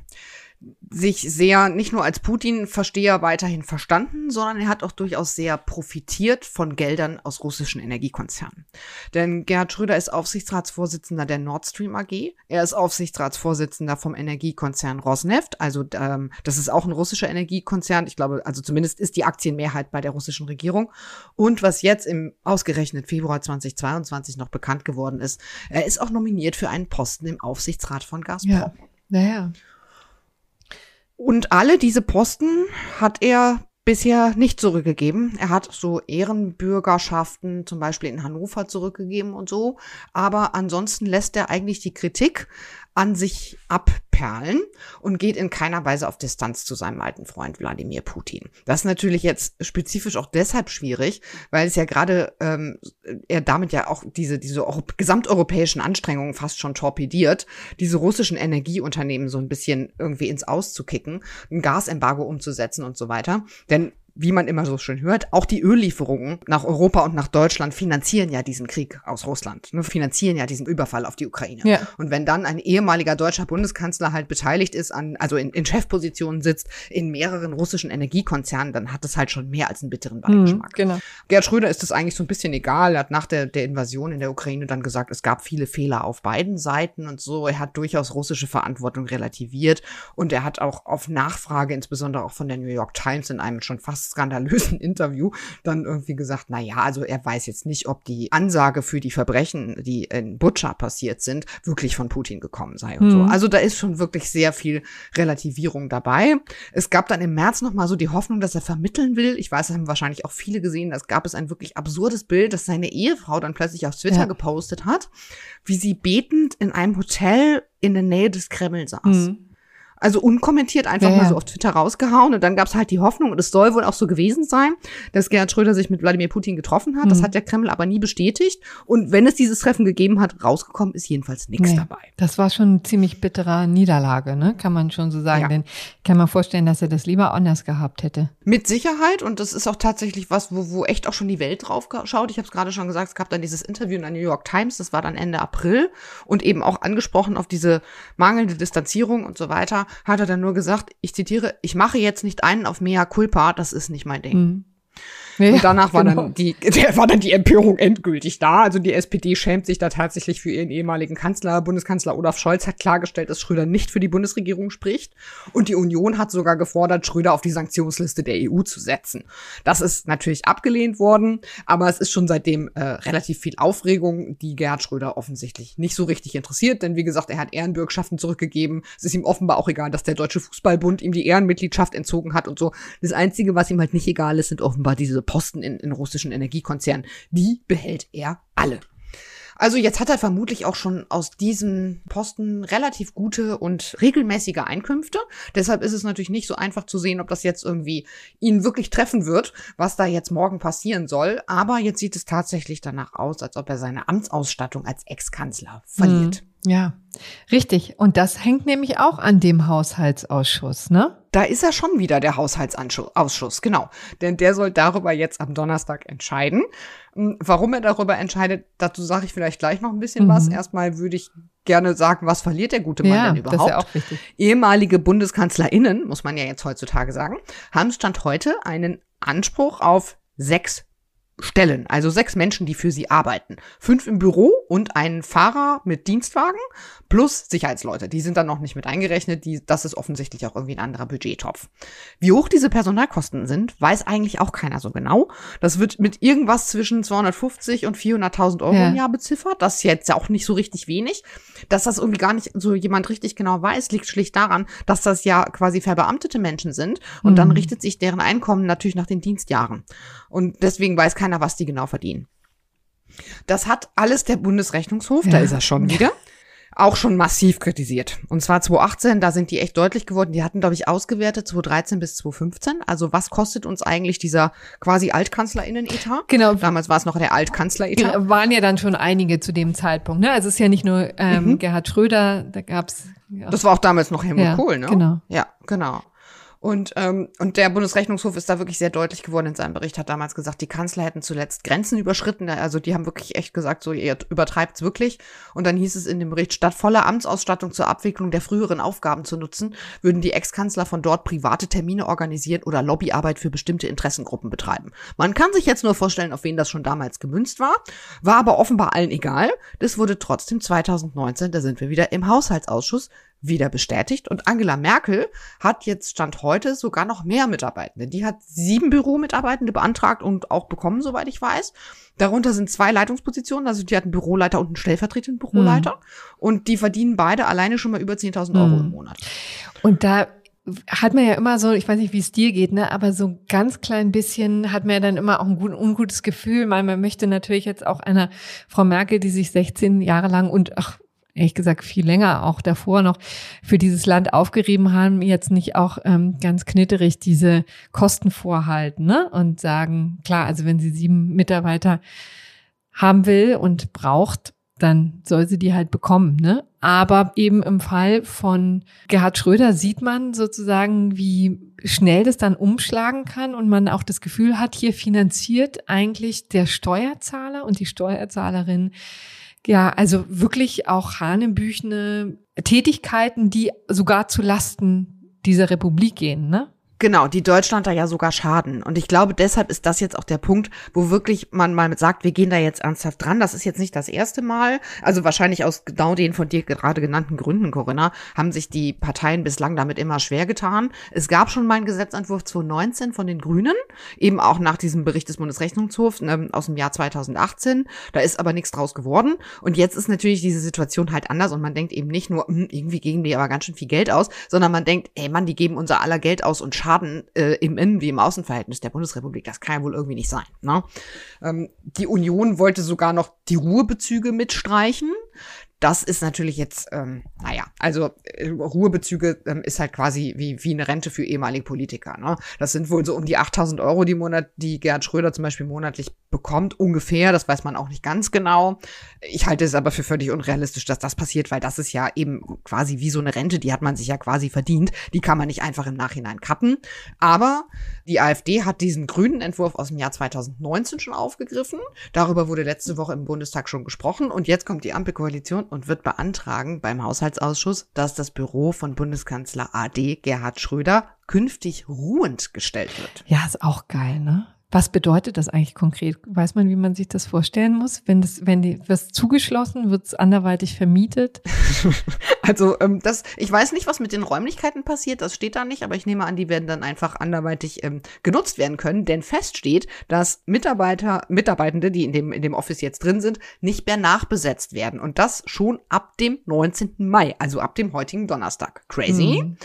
sich sehr, nicht nur als Putin-Versteher weiterhin verstanden, sondern er hat auch durchaus sehr profitiert von Geldern aus russischen Energiekonzernen. Denn Gerhard Schröder ist Aufsichtsratsvorsitzender der Nord Stream A G. Er ist Aufsichtsratsvorsitzender vom Energiekonzern Rosneft. Also ähm, das ist auch ein russischer Energiekonzern. Ich glaube, also zumindest ist die Aktienmehrheit bei der russischen Regierung. Und was jetzt im ausgerechnet Februar zweitausendzweiundzwanzig noch bekannt geworden ist, er ist auch nominiert für einen Posten im Aufsichtsrat von Gazprom. Ja. Naja. Und alle diese Posten hat er bisher nicht zurückgegeben. Er hat so Ehrenbürgerschaften zum Beispiel in Hannover zurückgegeben und so. Aber ansonsten lässt er eigentlich die Kritik an sich abperlen und geht in keiner Weise auf Distanz zu seinem alten Freund Wladimir Putin. Das ist natürlich jetzt spezifisch auch deshalb schwierig, weil es ja gerade ähm, er damit ja auch diese diese Euro- gesamteuropäischen Anstrengungen fast schon torpediert, diese russischen Energieunternehmen so ein bisschen irgendwie ins Aus zu kicken, ein Gasembargo umzusetzen und so weiter. Denn wie man immer so schön hört, auch die Öllieferungen nach Europa und nach Deutschland finanzieren ja diesen Krieg aus Russland, ne, finanzieren ja diesen Überfall auf die Ukraine. Ja. Und wenn dann ein ehemaliger deutscher Bundeskanzler halt beteiligt ist an, also in, in Chefpositionen sitzt, in mehreren russischen Energiekonzernen, dann hat das halt schon mehr als einen bitteren Beigeschmack. Mhm, genau. Gerhard Schröder ist das eigentlich so ein bisschen egal. Er hat nach der, der Invasion in der Ukraine dann gesagt, es gab viele Fehler auf beiden Seiten und so. Er hat durchaus russische Verantwortung relativiert und er hat auch auf Nachfrage, insbesondere auch von der New York Times in einem schon fast skandalösen Interview dann irgendwie gesagt, na ja, also er weiß jetzt nicht, ob die Ansage für die Verbrechen, die in Butscha passiert sind, wirklich von Putin gekommen sei und mhm. so. Also da ist schon wirklich sehr viel Relativierung dabei. Es gab dann im März noch mal so die Hoffnung, dass er vermitteln will. Ich weiß, das haben wahrscheinlich auch viele gesehen. Es gab es ein wirklich absurdes Bild, das seine Ehefrau dann plötzlich auf Twitter ja. gepostet hat, wie sie betend in einem Hotel in der Nähe des Kreml saß. Mhm. Also unkommentiert einfach ja, mal so auf Twitter rausgehauen. Und dann gab es halt die Hoffnung, und es soll wohl auch so gewesen sein, dass Gerhard Schröder sich mit Wladimir Putin getroffen hat. Mhm. Das hat der Kreml aber nie bestätigt. Und wenn es dieses Treffen gegeben hat, rausgekommen ist jedenfalls nichts nee, dabei. Das war schon eine ziemlich bittere Niederlage, ne? Kann man schon so sagen. Ja. Denn ich kann mir vorstellen, dass er das lieber anders gehabt hätte. Mit Sicherheit. Und das ist auch tatsächlich was, wo, wo echt auch schon die Welt drauf schaut. Ich habe es gerade schon gesagt, es gab dann dieses Interview in der New York Times. Das war dann Ende April. Und eben auch angesprochen auf diese mangelnde Distanzierung und so weiter, hat er dann nur gesagt, ich zitiere, ich mache jetzt nicht einen auf mea culpa, das ist nicht mein Ding. Mhm. Ja, und danach war genau. dann die, der war dann die Empörung endgültig da. Also die S P D schämt sich da tatsächlich für ihren ehemaligen Kanzler. Bundeskanzler Olaf Scholz hat klargestellt, dass Schröder nicht für die Bundesregierung spricht. Und die Union hat sogar gefordert, Schröder auf die Sanktionsliste der E U zu setzen. Das ist natürlich abgelehnt worden, aber es ist schon seitdem äh, relativ viel Aufregung, die Gerhard Schröder offensichtlich nicht so richtig interessiert. Denn wie gesagt, er hat Ehrenbürgschaften zurückgegeben. Es ist ihm offenbar auch egal, dass der Deutsche Fußballbund ihm die Ehrenmitgliedschaft entzogen hat und so. Das Einzige, was ihm halt nicht egal ist, sind offenbar diese Posten in, in russischen Energiekonzernen. Die behält er alle. Also jetzt hat er vermutlich auch schon aus diesem Posten relativ gute und regelmäßige Einkünfte. Deshalb ist es natürlich nicht so einfach zu sehen, ob das jetzt irgendwie ihn wirklich treffen wird, was da jetzt morgen passieren soll. Aber jetzt sieht es tatsächlich danach aus, als ob er seine Amtsausstattung als Ex-Kanzler verliert. Hm, ja, richtig. Und das hängt nämlich auch an dem Haushaltsausschuss, ne? Da ist er schon wieder, der Haushaltsausschuss, genau. Denn der soll darüber jetzt am Donnerstag entscheiden. Warum er darüber entscheidet, dazu sage ich vielleicht gleich noch ein bisschen mhm. was. Erstmal würde ich gerne sagen, was verliert der gute Mann ja, denn überhaupt? Das ist ja auch wichtig. Ehemalige BundeskanzlerInnen, muss man ja jetzt heutzutage sagen, haben Stand heute einen Anspruch auf sechs Stellen, also sechs Menschen, die für sie arbeiten. Fünf im Büro und einen Fahrer mit Dienstwagen plus Sicherheitsleute. Die sind dann noch nicht mit eingerechnet. Die, das ist offensichtlich auch irgendwie ein anderer Budgettopf. Wie hoch diese Personalkosten sind, weiß eigentlich auch keiner so genau. Das wird mit irgendwas zwischen zweihundertfünfzig und vierhunderttausend Euro ja. im Jahr beziffert. Das ist jetzt auch nicht so richtig wenig. Dass das irgendwie gar nicht so jemand richtig genau weiß, liegt schlicht daran, dass das ja quasi verbeamtete Menschen sind. Und mhm. dann richtet sich deren Einkommen natürlich nach den Dienstjahren. Und deswegen weiß keiner, was die genau verdienen. Das hat alles der Bundesrechnungshof, ja. da ist er schon wieder, auch schon massiv kritisiert. Und zwar zweitausendachtzehn, da sind die echt deutlich geworden. Die hatten, glaube ich, ausgewertet zweitausenddreizehn bis zweitausendfünfzehn. Also was kostet uns eigentlich dieser quasi AltkanzlerInnen-Etat? Genau. Damals war es noch der Altkanzler-Etat. Genau, waren ja dann schon einige zu dem Zeitpunkt. Ne? Also es ist ja nicht nur ähm, mhm. Gerhard Schröder, da gab's. Ja. Das war auch damals noch Helmut ja, Kohl, ne? Genau. Ja, genau. Und, ähm, und der Bundesrechnungshof ist da wirklich sehr deutlich geworden in seinem Bericht, hat damals gesagt, die Kanzler hätten zuletzt Grenzen überschritten. Also die haben wirklich echt gesagt, so ihr übertreibt's wirklich. Und dann hieß es in dem Bericht, statt voller Amtsausstattung zur Abwicklung der früheren Aufgaben zu nutzen, würden die Ex-Kanzler von dort private Termine organisieren oder Lobbyarbeit für bestimmte Interessengruppen betreiben. Man kann sich jetzt nur vorstellen, auf wen das schon damals gemünzt war, war aber offenbar allen egal. Das wurde trotzdem zweitausendneunzehn, da sind wir wieder im Haushaltsausschuss, wieder bestätigt. Und Angela Merkel hat jetzt Stand heute sogar noch mehr Mitarbeitende. Die hat sieben Büromitarbeitende beantragt und auch bekommen, soweit ich weiß. Darunter sind zwei Leitungspositionen, also die hat einen Büroleiter und einen stellvertretenden Büroleiter. Mhm. Und die verdienen beide alleine schon mal über zehntausend Euro mhm. im Monat. Und da hat man ja immer so, ich weiß nicht, wie es dir geht, ne, aber so ganz klein bisschen hat man ja dann immer auch ein gut, ungutes Gefühl, weil man möchte natürlich jetzt auch einer Frau Merkel, die sich sechzehn Jahre lang und ach, ehrlich gesagt viel länger auch davor noch für dieses Land aufgerieben haben, jetzt nicht auch ähm, ganz knitterig diese Kosten vorhalten, ne? Und sagen, klar, also wenn sie sieben Mitarbeiter haben will und braucht, dann soll sie die halt bekommen, ne? Aber eben im Fall von Gerhard Schröder sieht man sozusagen, wie schnell das dann umschlagen kann und man auch das Gefühl hat, hier finanziert eigentlich der Steuerzahler und die Steuerzahlerin ja, also wirklich auch hanebüchene Tätigkeiten, die sogar zu Lasten dieser Republik gehen, ne? Genau, die Deutschland da ja sogar schaden. Und ich glaube, deshalb ist das jetzt auch der Punkt, wo wirklich man mal sagt, wir gehen da jetzt ernsthaft dran. Das ist jetzt nicht das erste Mal. Also wahrscheinlich aus genau den von dir gerade genannten Gründen, Corinna, haben sich die Parteien bislang damit immer schwer getan. Es gab schon mal einen Gesetzentwurf zwanzig neunzehn von den Grünen, eben auch nach diesem Bericht des Bundesrechnungshofs ähm, aus dem Jahr zweitausendachtzehn. Da ist aber nichts draus geworden. Und jetzt ist natürlich diese Situation halt anders und man denkt eben nicht nur, hm, irgendwie geben die aber ganz schön viel Geld aus, sondern man denkt, ey Mann, die geben unser aller Geld aus und Schaden äh, im Innen- wie im Außenverhältnis der Bundesrepublik. Das kann ja wohl irgendwie nicht sein. Ne? Ähm, die Union wollte sogar noch die Ruhebezüge mitstreichen. Das ist natürlich jetzt, ähm, naja, also äh, Ruhebezüge ähm, ist halt quasi wie wie eine Rente für ehemalige Politiker. Ne? Das sind wohl so um die achttausend Euro die Monat, die Gerhard Schröder zum Beispiel monatlich bekommt, ungefähr. Das weiß man auch nicht ganz genau. Ich halte es aber für völlig unrealistisch, dass das passiert, weil das ist ja eben quasi wie so eine Rente, die hat man sich ja quasi verdient. Die kann man nicht einfach im Nachhinein kappen. Aber die AfD hat diesen grünen Entwurf aus dem Jahr zweitausendneunzehn schon aufgegriffen. Darüber wurde letzte Woche im Bundestag schon gesprochen. Und jetzt kommt die Ampelkoalition und wird beantragen beim Haushaltsausschuss, dass das Büro von Bundeskanzler A D Gerhard Schröder künftig ruhend gestellt wird. Ja, ist auch geil, ne? Was bedeutet das eigentlich konkret? Weiß man, wie man sich das vorstellen muss? Wenn das, wenn die, wird's zugeschlossen, wird's anderweitig vermietet? Also ähm, das, ich weiß nicht, was mit den Räumlichkeiten passiert, das steht da nicht, aber ich nehme an, die werden dann einfach anderweitig ähm, genutzt werden können, denn fest steht, dass Mitarbeiter, Mitarbeitende, die in dem in dem Office jetzt drin sind, nicht mehr nachbesetzt werden und das schon ab dem neunzehnten Mai, also ab dem heutigen Donnerstag. Crazy. Mhm.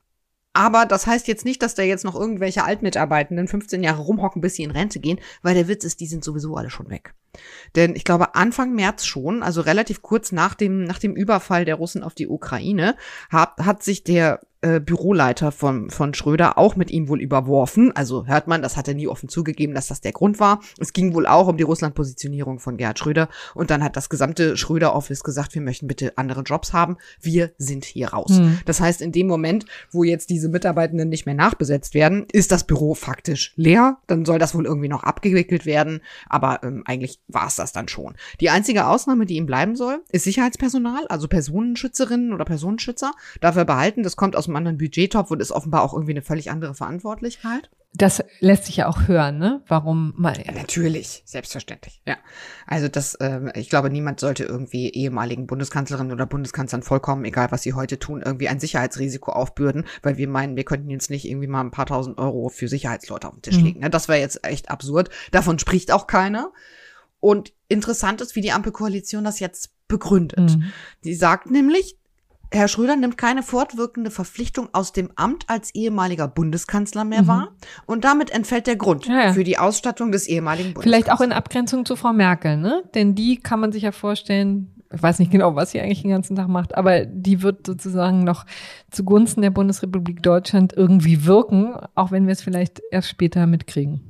Aber das heißt jetzt nicht, dass da jetzt noch irgendwelche Altmitarbeitenden fünfzehn Jahre rumhocken, bis sie in Rente gehen, weil der Witz ist, die sind sowieso alle schon weg. Denn ich glaube, Anfang März schon, also relativ kurz nach dem nach dem Überfall der Russen auf die Ukraine, hat, hat sich der äh, Büroleiter von von Schröder auch mit ihm wohl überworfen. Also hört man, das hat er nie offen zugegeben, dass das der Grund war. Es ging wohl auch um die Russland-Positionierung von Gerhard Schröder. Und dann hat das gesamte Schröder-Office gesagt, wir möchten bitte andere Jobs haben. Wir sind hier raus. Mhm. Das heißt, in dem Moment, wo jetzt diese Mitarbeitenden nicht mehr nachbesetzt werden, ist das Büro faktisch leer. Dann soll das wohl irgendwie noch abgewickelt werden. Aber ähm, eigentlich war es das dann schon. Die einzige Ausnahme, die ihm bleiben soll, ist Sicherheitspersonal, also Personenschützerinnen oder Personenschützer. Darf er behalten, das kommt aus einem anderen Budgettopf und ist offenbar auch irgendwie eine völlig andere Verantwortlichkeit. Das lässt sich ja auch hören, ne? Warum mal. Ja, natürlich, selbstverständlich, ja. Also das, äh, ich glaube, niemand sollte irgendwie ehemaligen Bundeskanzlerinnen oder Bundeskanzlern vollkommen, egal was sie heute tun, irgendwie ein Sicherheitsrisiko aufbürden, weil wir meinen, wir könnten jetzt nicht irgendwie mal ein paar tausend Euro für Sicherheitsleute auf den Tisch mhm. legen. Ne? Das wäre jetzt echt absurd. Davon spricht auch keiner. Und interessant ist, wie die Ampelkoalition das jetzt begründet. Mhm. Die sagt nämlich, Herr Schröder nimmt keine fortwirkende Verpflichtung aus dem Amt als ehemaliger Bundeskanzler mehr mhm. wahr und damit entfällt der Grund ja, ja. für die Ausstattung des ehemaligen Bundeskanzlers. Vielleicht auch in Abgrenzung zu Frau Merkel, ne? Denn die kann man sich ja vorstellen, ich weiß nicht genau, was sie eigentlich den ganzen Tag macht, aber die wird sozusagen noch zugunsten der Bundesrepublik Deutschland irgendwie wirken, auch wenn wir es vielleicht erst später mitkriegen.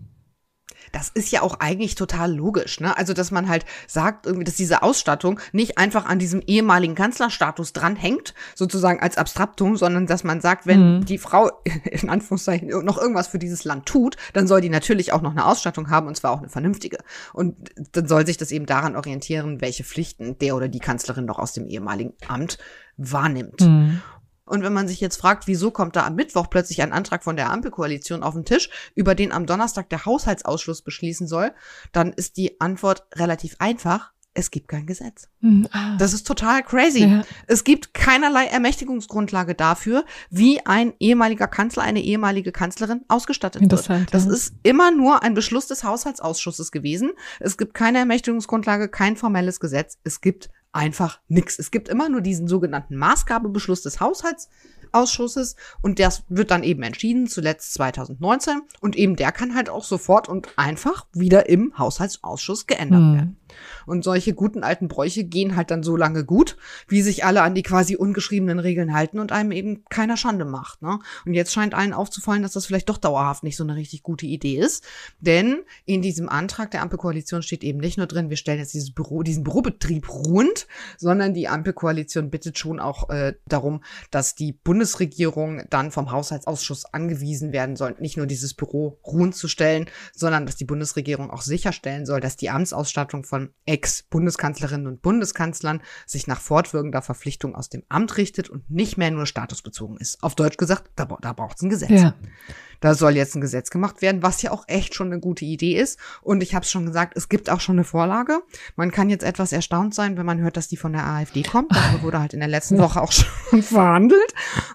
Das ist ja auch eigentlich total logisch, ne? Also, dass man halt sagt, irgendwie, dass diese Ausstattung nicht einfach an diesem ehemaligen Kanzlerstatus dranhängt, sozusagen als Abstraktum, sondern dass man sagt, wenn mhm. die Frau in Anführungszeichen noch irgendwas für dieses Land tut, dann soll die natürlich auch noch eine Ausstattung haben und zwar auch eine vernünftige. Und dann soll sich das eben daran orientieren, welche Pflichten der oder die Kanzlerin noch aus dem ehemaligen Amt wahrnimmt. Mhm. Und wenn man sich jetzt fragt, wieso kommt da am Mittwoch plötzlich ein Antrag von der Ampelkoalition auf den Tisch, über den am Donnerstag der Haushaltsausschuss beschließen soll, dann ist die Antwort relativ einfach. Es gibt kein Gesetz. Mhm. Ah. Das ist total crazy. Ja. Es gibt keinerlei Ermächtigungsgrundlage dafür, wie ein ehemaliger Kanzler, eine ehemalige Kanzlerin ausgestattet wird. Das ja. ist immer nur ein Beschluss des Haushaltsausschusses gewesen. Es gibt keine Ermächtigungsgrundlage, kein formelles Gesetz. Es gibt einfach nix. Es gibt immer nur diesen sogenannten Maßgabebeschluss des Haushaltsausschusses und das wird dann eben entschieden, zuletzt zweitausendneunzehn und eben der kann halt auch sofort und einfach wieder im Haushaltsausschuss geändert hm. werden. Und solche guten alten Bräuche gehen halt dann so lange gut, wie sich alle an die quasi ungeschriebenen Regeln halten und einem eben keiner Schande macht. Ne? Und jetzt scheint allen aufzufallen, dass das vielleicht doch dauerhaft nicht so eine richtig gute Idee ist. Denn in diesem Antrag der Ampelkoalition steht eben nicht nur drin, wir stellen jetzt dieses Büro, diesen Bürobetrieb ruhend, sondern die Ampelkoalition bittet schon auch äh, darum, dass die Bundesregierung dann vom Haushaltsausschuss angewiesen werden soll, nicht nur dieses Büro ruhend zu stellen, sondern dass die Bundesregierung auch sicherstellen soll, dass die Amtsausstattung von von Ex-Bundeskanzlerinnen und Bundeskanzlern sich nach fortwirkender Verpflichtung aus dem Amt richtet und nicht mehr nur statusbezogen ist. Auf Deutsch gesagt, da, da braucht es ein Gesetz. Ja. Da soll jetzt ein Gesetz gemacht werden, was ja auch echt schon eine gute Idee ist. Und ich habe es schon gesagt, es gibt auch schon eine Vorlage. Man kann jetzt etwas erstaunt sein, wenn man hört, dass die von der AfD kommt. Darüber wurde halt in der letzten Woche auch schon verhandelt.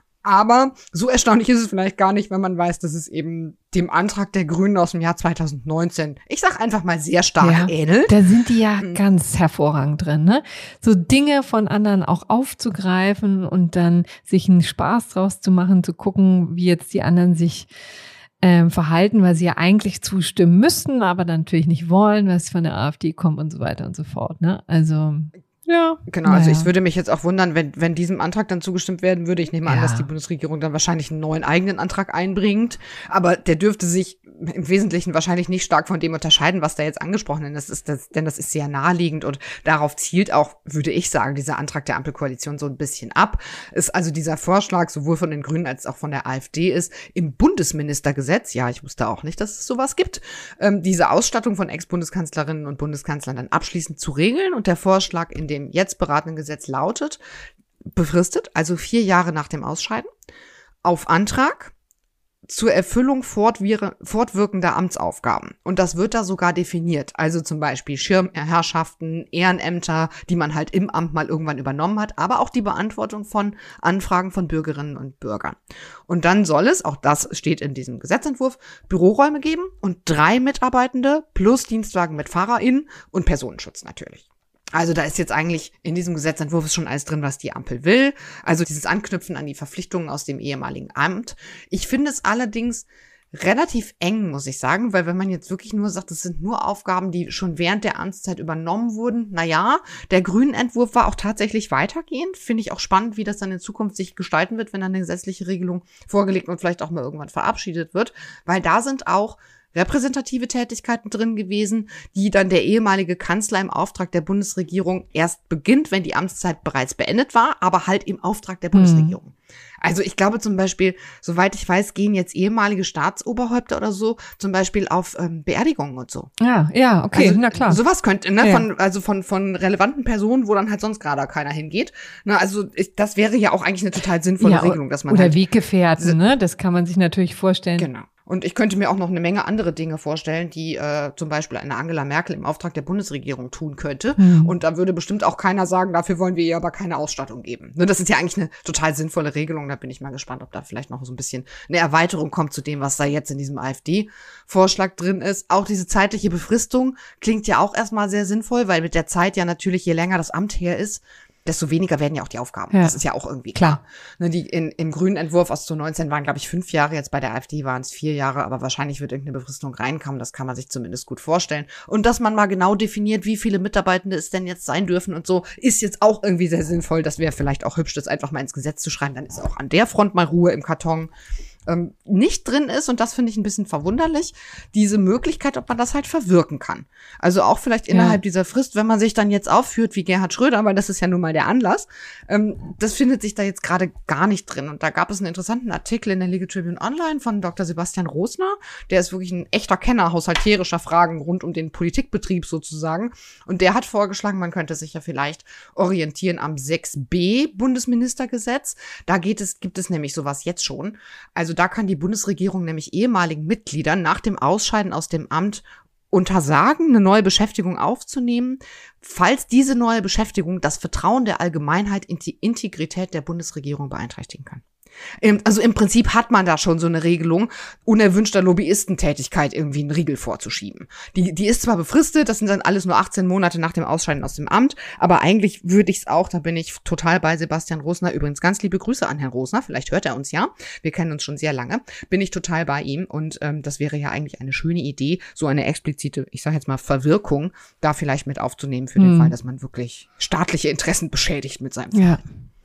Aber so erstaunlich ist es vielleicht gar nicht, wenn man weiß, dass es eben dem Antrag der Grünen aus dem Jahr zweitausendneunzehn, ich sag einfach mal, sehr stark ja, ähnelt. Da sind die ja Mhm. ganz hervorragend drin, ne? So Dinge von anderen auch aufzugreifen und dann sich einen Spaß draus zu machen, zu gucken, wie jetzt die anderen sich ähm, verhalten, weil sie ja eigentlich zustimmen müssten, aber dann natürlich nicht wollen, weil es von der AfD kommt und so weiter und so fort, ne? Also ja. Genau, also naja. ich würde mich jetzt auch wundern, wenn, wenn diesem Antrag dann zugestimmt werden würde. Ich nehme an, Ja. dass die Bundesregierung dann wahrscheinlich einen neuen eigenen Antrag einbringt. Aber der dürfte sich im Wesentlichen wahrscheinlich nicht stark von dem unterscheiden, was da jetzt angesprochen ist. Das ist das, denn das ist sehr naheliegend und darauf zielt auch, würde ich sagen, dieser Antrag der Ampelkoalition so ein bisschen ab. Ist also dieser Vorschlag sowohl von den Grünen als auch von der AfD ist, im Bundesministergesetz, ja, ich wusste auch nicht, dass es sowas gibt, ähm, diese Ausstattung von Ex-Bundeskanzlerinnen und Bundeskanzlern dann abschließend zu regeln. Und der Vorschlag in dem jetzt beratenden Gesetz lautet, befristet, also vier Jahre nach dem Ausscheiden, auf Antrag zur Erfüllung fortwir- fortwirkender Amtsaufgaben. Und das wird da sogar definiert. Also zum Beispiel Schirmherrschaften, Ehrenämter, die man halt im Amt mal irgendwann übernommen hat, aber auch die Beantwortung von Anfragen von Bürgerinnen und Bürgern. Und dann soll es, auch das steht in diesem Gesetzentwurf, Büroräume geben und drei Mitarbeitende plus Dienstwagen mit FahrerInnen und Personenschutz natürlich. Also da ist jetzt eigentlich in diesem Gesetzentwurf schon alles drin, was die Ampel will. Also dieses Anknüpfen an die Verpflichtungen aus dem ehemaligen Amt. Ich finde es allerdings relativ eng, muss ich sagen, weil wenn man jetzt wirklich nur sagt, es sind nur Aufgaben, die schon während der Amtszeit übernommen wurden, na ja, der Grünen-Entwurf war auch tatsächlich weitergehend. Finde ich auch spannend, wie das dann in Zukunft sich gestalten wird, wenn dann eine gesetzliche Regelung vorgelegt und vielleicht auch mal irgendwann verabschiedet wird. Weil da sind auch repräsentative Tätigkeiten drin gewesen, die dann der ehemalige Kanzler im Auftrag der Bundesregierung erst beginnt, wenn die Amtszeit bereits beendet war, aber halt im Auftrag der Bundesregierung. Mhm. Also ich glaube zum Beispiel, soweit ich weiß, gehen jetzt ehemalige Staatsoberhäupter oder so zum Beispiel auf ähm, Beerdigungen und so. Ja, ja, okay, also, na klar. Sowas könnte, ne, ja. von, also von, von relevanten Personen, wo dann halt sonst gerade keiner hingeht. Na, also ich, das wäre ja auch eigentlich eine total sinnvolle ja, Regelung, dass man oder halt Weggefährten, ne? Das kann man sich natürlich vorstellen. Genau. Und ich könnte mir auch noch eine Menge andere Dinge vorstellen, die äh, zum Beispiel eine Angela Merkel im Auftrag der Bundesregierung tun könnte. Mhm. Und da würde bestimmt auch keiner sagen, dafür wollen wir ihr aber keine Ausstattung geben. Ne, das ist ja eigentlich eine total sinnvolle Regelung. Da bin ich mal gespannt, ob da vielleicht noch so ein bisschen eine Erweiterung kommt zu dem, was da jetzt in diesem AfD-Vorschlag drin ist. Auch diese zeitliche Befristung klingt ja auch erstmal sehr sinnvoll, weil mit der Zeit ja natürlich, je länger das Amt her ist, desto weniger werden ja auch die Aufgaben. Ja. Das ist ja auch irgendwie klar. klar. Ne, die in, im grünen Entwurf aus zweitausendneunzehn waren, glaube ich, fünf Jahre. Jetzt bei der AfD waren es vier Jahre. Aber wahrscheinlich wird irgendeine Befristung reinkommen. Das kann man sich zumindest gut vorstellen. Und dass man mal genau definiert, wie viele Mitarbeitende es denn jetzt sein dürfen und so, ist jetzt auch irgendwie sehr sinnvoll. Das wäre vielleicht auch hübsch, das einfach mal ins Gesetz zu schreiben. Dann ist auch an der Front mal Ruhe im Karton. Ähm, nicht drin ist, und das finde ich ein bisschen verwunderlich, diese Möglichkeit, ob man das halt verwirken kann. Also auch vielleicht innerhalb ja. dieser Frist, wenn man sich dann jetzt aufführt wie Gerhard Schröder, weil das ist ja nun mal der Anlass, ähm, das findet sich da jetzt gerade gar nicht drin. Und da gab es einen interessanten Artikel in der Legal Tribune Online von Doktor Sebastian Rosner, der ist wirklich ein echter Kenner haushalterischer Fragen rund um den Politikbetrieb sozusagen. Und der hat vorgeschlagen, man könnte sich ja vielleicht orientieren am sechs b Bundesministergesetz. Da geht es, gibt es nämlich sowas jetzt schon. Also da kann die Bundesregierung nämlich ehemaligen Mitgliedern nach dem Ausscheiden aus dem Amt untersagen, eine neue Beschäftigung aufzunehmen, falls diese neue Beschäftigung das Vertrauen der Allgemeinheit in die Integrität der Bundesregierung beeinträchtigen kann. Also im Prinzip hat man da schon so eine Regelung, unerwünschter Lobbyistentätigkeit irgendwie einen Riegel vorzuschieben. Die, die ist zwar befristet, das sind dann alles nur achtzehn Monate nach dem Ausscheiden aus dem Amt, aber eigentlich würde ich es auch, da bin ich total bei Sebastian Rosner, übrigens ganz liebe Grüße an Herrn Rosner, vielleicht hört er uns ja, wir kennen uns schon sehr lange, bin ich total bei ihm und ähm, das wäre ja eigentlich eine schöne Idee, so eine explizite, ich sage jetzt mal Verwirkung, da vielleicht mit aufzunehmen für den hm. Fall, dass man wirklich staatliche Interessen beschädigt mit seinem Verhalten. Ja.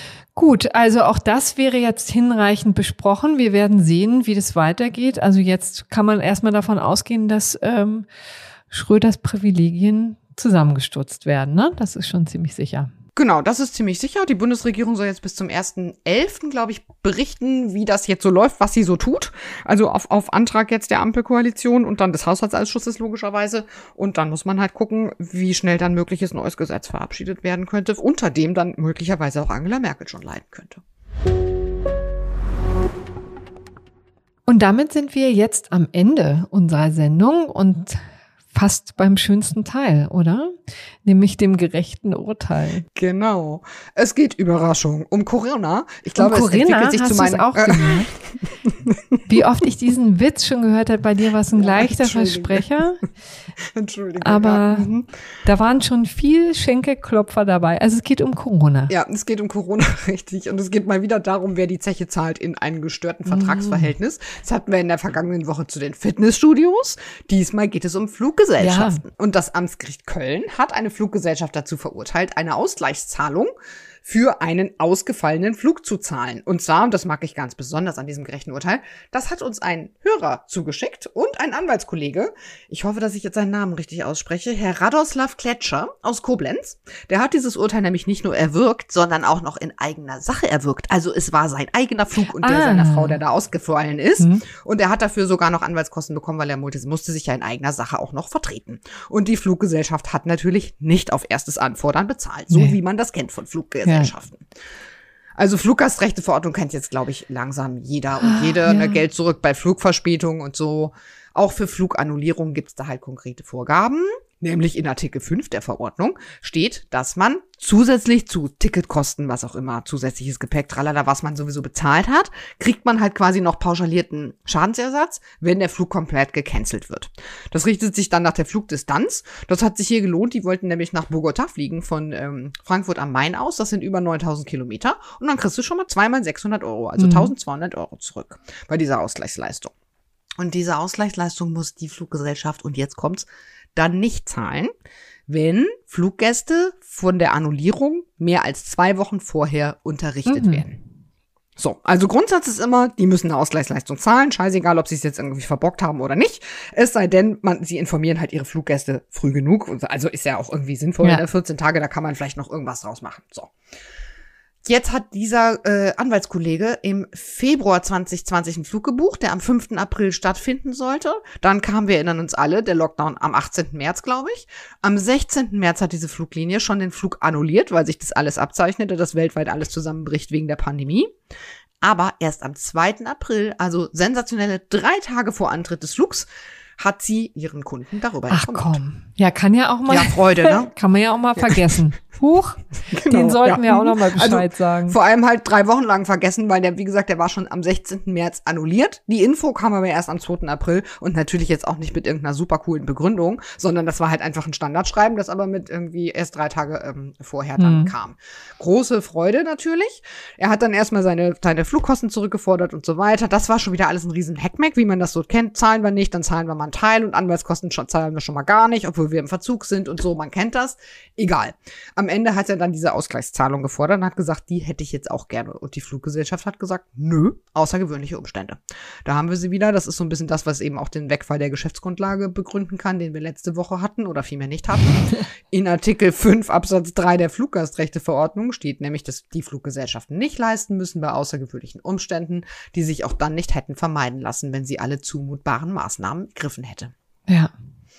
Gut, also auch das wäre jetzt hinreichend besprochen. Wir werden sehen, wie das weitergeht. Also jetzt kann man erstmal davon ausgehen, dass ähm, Schröders Privilegien zusammengestutzt werden, ne? Das ist schon ziemlich sicher. Genau, das ist ziemlich sicher. Die Bundesregierung soll jetzt bis zum ersten elften, glaube ich, berichten, wie das jetzt so läuft, was sie so tut. Also auf, auf Antrag jetzt der Ampelkoalition und dann des Haushaltsausschusses logischerweise. Und dann muss man halt gucken, wie schnell dann mögliches neues Gesetz verabschiedet werden könnte, unter dem dann möglicherweise auch Angela Merkel schon leiden könnte. Und damit sind wir jetzt am Ende unserer Sendung und fast beim schönsten Teil, oder? Nämlich dem gerechten Urteil. Genau. Es geht, Überraschung, um Corona. Ich glaube, um Corinna, es entwickelt sich hast zu meinen... auch gehört? Wie oft ich diesen Witz schon gehört habe, bei dir war es ein Ja, leichter Entschuldige. Versprecher. Entschuldigung. Aber ja. Mhm. da waren schon viel Schenkelklopfer dabei. Also es geht um Corona. Ja, es geht um Corona, richtig. Und es geht mal wieder darum, wer die Zeche zahlt in einem gestörten Vertragsverhältnis. Das hatten wir in der vergangenen Woche zu den Fitnessstudios. Diesmal geht es um Fluggesellschaften. Ja. Und das Amtsgericht Köln hat eine Fluggesellschaft dazu verurteilt, eine Ausgleichszahlung für einen ausgefallenen Flug zu zahlen. Und zwar, und das mag ich ganz besonders an diesem gerechten Urteil, das hat uns ein Hörer zugeschickt und ein Anwaltskollege, ich hoffe, dass ich jetzt seinen Namen richtig ausspreche, Herr Radoslav Kletscher aus Koblenz. Der hat dieses Urteil nämlich nicht nur erwirkt, sondern auch noch in eigener Sache erwirkt. Also es war sein eigener Flug und der Ah. seiner Frau, der da ausgefallen ist. Mhm. Und er hat dafür sogar noch Anwaltskosten bekommen, weil er musste, musste sich ja in eigener Sache auch noch vertreten. Und die Fluggesellschaft hat natürlich nicht auf erstes Anfordern bezahlt, so Nee. wie man das kennt von Fluggesellschaften. Also Fluggastrechteverordnung kennt jetzt, glaube ich, langsam jeder und jede. ja. Ne, Geld zurück bei Flugverspätung und so. Auch für Flugannullierung gibt es da halt konkrete Vorgaben. Nämlich in Artikel fünf der Verordnung steht, dass man zusätzlich zu Ticketkosten, was auch immer, zusätzliches Gepäck, tralala, was man sowieso bezahlt hat, kriegt man halt quasi noch pauschalierten Schadensersatz, wenn der Flug komplett gecancelt wird. Das richtet sich dann nach der Flugdistanz. Das hat sich hier gelohnt. Die wollten nämlich nach Bogotá fliegen von ähm, Frankfurt am Main aus. Das sind über neuntausend Kilometer. Und dann kriegst du schon mal zweimal sechshundert Euro, also Mhm. eintausendzweihundert Euro zurück bei dieser Ausgleichsleistung. Und diese Ausgleichsleistung muss die Fluggesellschaft, und jetzt kommt's, dann nicht zahlen, wenn Fluggäste von der Annullierung mehr als zwei Wochen vorher unterrichtet Mhm. werden. So, also Grundsatz ist immer, die müssen eine Ausgleichsleistung zahlen, scheißegal, ob sie es jetzt irgendwie verbockt haben oder nicht. Es sei denn, man, sie informieren halt ihre Fluggäste früh genug. Also ist ja auch irgendwie sinnvoll, Ja. in der vierzehn Tage, da kann man vielleicht noch irgendwas draus machen. So. Jetzt hat dieser äh, Anwaltskollege im Februar zwanzig zwanzig einen Flug gebucht, der am fünften April stattfinden sollte. Dann kam, wir erinnern uns alle, der Lockdown am achtzehnten März, glaube ich. Am sechzehnten März hat diese Fluglinie schon den Flug annulliert, weil sich das alles abzeichnete, dass weltweit alles zusammenbricht wegen der Pandemie. Aber erst am zweiten April, also sensationelle drei Tage vor Antritt des Flugs, hat sie ihren Kunden darüber Ach informiert. komm. Ja, kann ja auch mal. Ja, Freude, ne? Kann man ja auch mal vergessen. Huch, Genau, den sollten ja. wir auch noch mal Bescheid Also, sagen. Vor allem halt drei Wochen lang vergessen, weil der, wie gesagt, der war schon am sechzehnten März annulliert. Die Info kam aber erst am zweiten April und natürlich jetzt auch nicht mit irgendeiner super coolen Begründung, sondern das war halt einfach ein Standardschreiben, das aber mit irgendwie erst drei Tage ähm, vorher dann Mhm. kam. Große Freude natürlich. Er hat dann erstmal seine, seine Flugkosten zurückgefordert und so weiter. Das war schon wieder alles ein riesen Hackmack, wie man das so kennt. Zahlen wir nicht, dann zahlen wir mal einen Teil und Anwaltskosten schon, zahlen wir schon mal gar nicht, obwohl wir im Verzug sind und so, man kennt das. Egal. Am Ende hat er dann diese Ausgleichszahlung gefordert und hat gesagt, die hätte ich jetzt auch gerne. Und die Fluggesellschaft hat gesagt, nö, außergewöhnliche Umstände. Da haben wir sie wieder. Das ist so ein bisschen das, was eben auch den Wegfall der Geschäftsgrundlage begründen kann, den wir letzte Woche hatten oder vielmehr nicht hatten. In Artikel fünf Absatz drei der Fluggastrechteverordnung steht nämlich, dass die Fluggesellschaften nicht leisten müssen bei außergewöhnlichen Umständen, die sich auch dann nicht hätten vermeiden lassen, wenn sie alle zumutbaren Maßnahmen ergriffen hätte. Ja.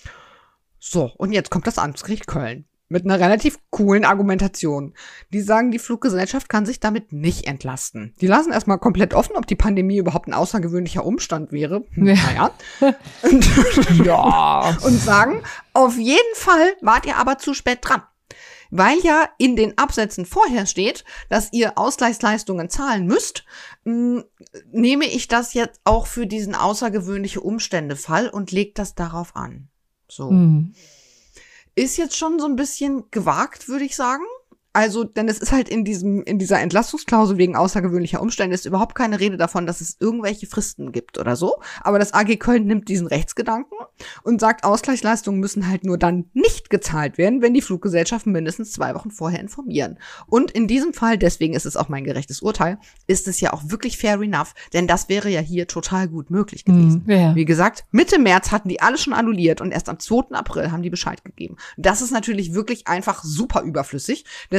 So, und jetzt kommt das Amtsgericht Köln mit einer relativ coolen Argumentation. Die sagen, die Fluggesellschaft kann sich damit nicht entlasten. Die lassen erstmal komplett offen, ob die Pandemie überhaupt ein außergewöhnlicher Umstand wäre. Hm, Ja. Naja. Und, Ja. und sagen, auf jeden Fall wart ihr aber zu spät dran. Weil ja in den Absätzen vorher steht, dass ihr Ausgleichsleistungen zahlen müsst, mh, nehme ich das jetzt auch für diesen außergewöhnliche Umstände-Fall und lege das darauf an. So. Mhm. Ist jetzt schon so ein bisschen gewagt, würde ich sagen. Also, denn es ist halt in diesem, in dieser Entlastungsklausel wegen außergewöhnlicher Umstände ist überhaupt keine Rede davon, dass es irgendwelche Fristen gibt oder so. Aber das A G Köln nimmt diesen Rechtsgedanken und sagt, Ausgleichsleistungen müssen halt nur dann nicht gezahlt werden, wenn die Fluggesellschaften mindestens zwei Wochen vorher informieren. Und in diesem Fall, deswegen ist es auch mein gerechtes Urteil, ist es ja auch wirklich fair enough, denn das wäre ja hier total gut möglich gewesen. Mhm. Ja. Wie gesagt, Mitte März hatten die alle schon annulliert und erst am zweiten April haben die Bescheid gegeben. Das ist natürlich wirklich einfach super überflüssig.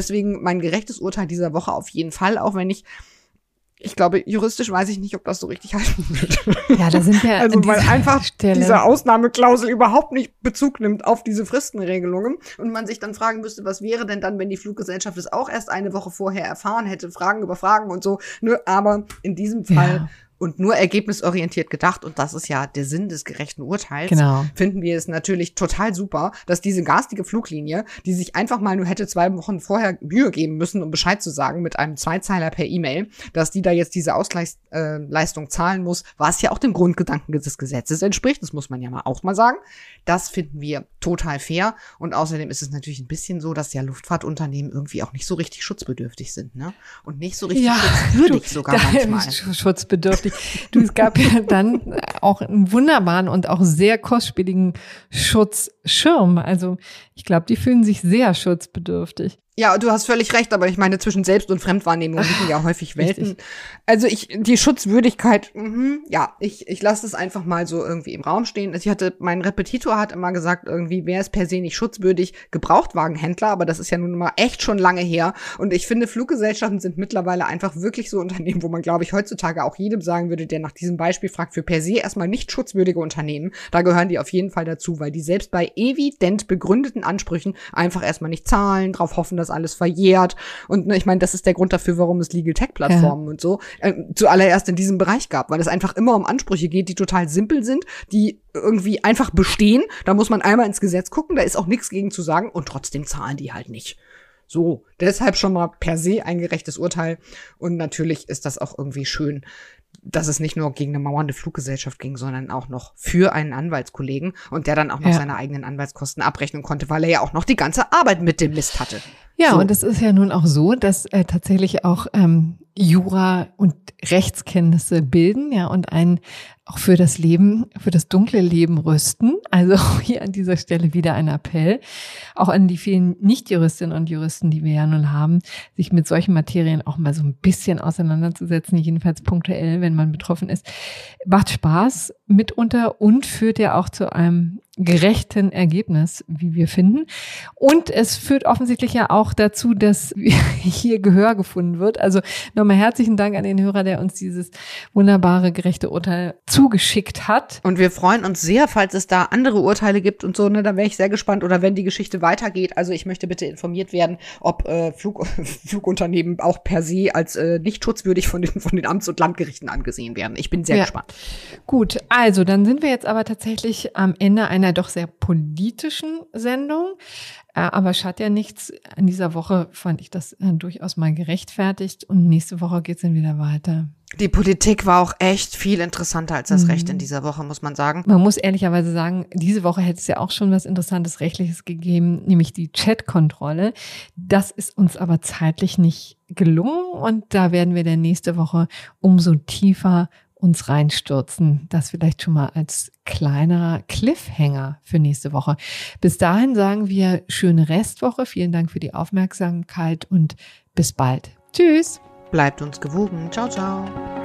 deswegen mein gerechtes Urteil dieser Woche auf jeden Fall, auch wenn ich Ich glaube, juristisch weiß ich nicht, ob das so richtig halten wird. Ja, da sind wir also weil einfach Stelle. diese Ausnahmeklausel überhaupt nicht Bezug nimmt auf diese Fristenregelungen und man sich dann fragen müsste, was wäre denn dann, wenn die Fluggesellschaft es auch erst eine Woche vorher erfahren hätte, Fragen über Fragen und so. Nö, aber in diesem Fall Ja. und nur ergebnisorientiert gedacht, und das ist ja der Sinn des gerechten Urteils, Genau. finden wir es natürlich total super, dass diese garstige Fluglinie, die sich einfach mal nur hätte zwei Wochen vorher Mühe geben müssen, um Bescheid zu sagen, mit einem Zweizeiler per E-Mail, dass die da jetzt diese Ausgleichsleistung äh, zahlen muss, was ja auch dem Grundgedanken des Gesetzes entspricht, das muss man ja mal auch mal sagen. Das finden wir total fair und außerdem ist es natürlich ein bisschen so, dass ja Luftfahrtunternehmen irgendwie auch nicht so richtig schutzbedürftig sind, ne? Und nicht so richtig Ja, schutzwürdig du, sogar da- manchmal. Schutzbedürftig. Du, es gab ja dann auch einen wunderbaren und auch sehr kostspieligen Schutzschirm. Also ich glaube, die fühlen sich sehr schutzbedürftig. Ja, du hast völlig recht, aber ich meine, zwischen Selbst- und Fremdwahrnehmung liegen ja häufig Welten. Richtig. Also ich, die Schutzwürdigkeit, mhm, ja, ich, ich lasse es einfach mal so irgendwie im Raum stehen. Ich hatte, mein Repetitor hat immer gesagt, irgendwie, wer ist per se nicht schutzwürdig? Gebrauchtwagenhändler, aber das ist ja nun mal echt schon lange her. Und ich finde, Fluggesellschaften sind mittlerweile einfach wirklich so Unternehmen, wo man, glaube ich, heutzutage auch jedem sagen würde, der nach diesem Beispiel fragt, für per se erstmal nicht schutzwürdige Unternehmen. Da gehören die auf jeden Fall dazu, weil die selbst bei evident begründeten Ansprüchen einfach erstmal nicht zahlen, drauf hoffen, dass alles verjährt. Und ne, ich meine, das ist der Grund dafür, warum es Legal Tech Plattformen Ja. und so äh, zuallererst in diesem Bereich gab, weil es einfach immer um Ansprüche geht, die total simpel sind, die irgendwie einfach bestehen. Da muss man einmal ins Gesetz gucken, da ist auch nichts gegen zu sagen und trotzdem zahlen die halt nicht. So, deshalb schon mal per se ein gerechtes Urteil. Und natürlich ist das auch irgendwie schön, dass es nicht nur gegen eine mauernde Fluggesellschaft ging, sondern auch noch für einen Anwaltskollegen und der dann auch noch Ja. seine eigenen Anwaltskosten abrechnen konnte, weil er ja auch noch die ganze Arbeit mit dem Mist hatte. Ja, So. und es ist ja nun auch so, dass äh, tatsächlich auch ähm, Jura und Rechtskenntnisse bilden, ja, und einen auch für das Leben, für das dunkle Leben rüsten. Also auch hier an dieser Stelle wieder ein Appell, auch an die vielen Nicht-Juristinnen und Juristen, die wir ja nun haben, sich mit solchen Materien auch mal so ein bisschen auseinanderzusetzen, jedenfalls punktuell, wenn man betroffen ist. Macht Spaß mitunter und führt ja auch zu einem gerechten Ergebnis, wie wir finden. Und es führt offensichtlich ja auch dazu, dass hier Gehör gefunden wird. Also nochmal herzlichen Dank an den Hörer, der uns dieses wunderbare, gerechte Urteil zugeschickt hat. Und wir freuen uns sehr, falls es da andere Urteile gibt und so, ne, da wäre ich sehr gespannt. Oder wenn die Geschichte weitergeht. Also ich möchte bitte informiert werden, ob äh, Flug, Flugunternehmen auch per se als äh, nicht schutzwürdig von den, von den Amts- und Landgerichten angesehen werden. Ich bin sehr Ja. gespannt. Gut, also dann sind wir jetzt aber tatsächlich am Ende einer doch sehr politischen Sendung. Äh, aber schadet ja nichts. In dieser Woche fand ich das äh, durchaus mal gerechtfertigt. Und nächste Woche geht's dann wieder weiter. Die Politik war auch echt viel interessanter als das Mhm. Recht in dieser Woche, muss man sagen. Man muss ehrlicherweise sagen, diese Woche hätte es ja auch schon was Interessantes Rechtliches gegeben, nämlich die Chatkontrolle. Das ist uns aber zeitlich nicht gelungen und da werden wir dann nächste Woche umso tiefer uns reinstürzen. Das vielleicht schon mal als kleiner Cliffhanger für nächste Woche. Bis dahin sagen wir schöne Restwoche. Vielen Dank für die Aufmerksamkeit und bis bald. Tschüss. Bleibt uns gewogen. Ciao, ciao.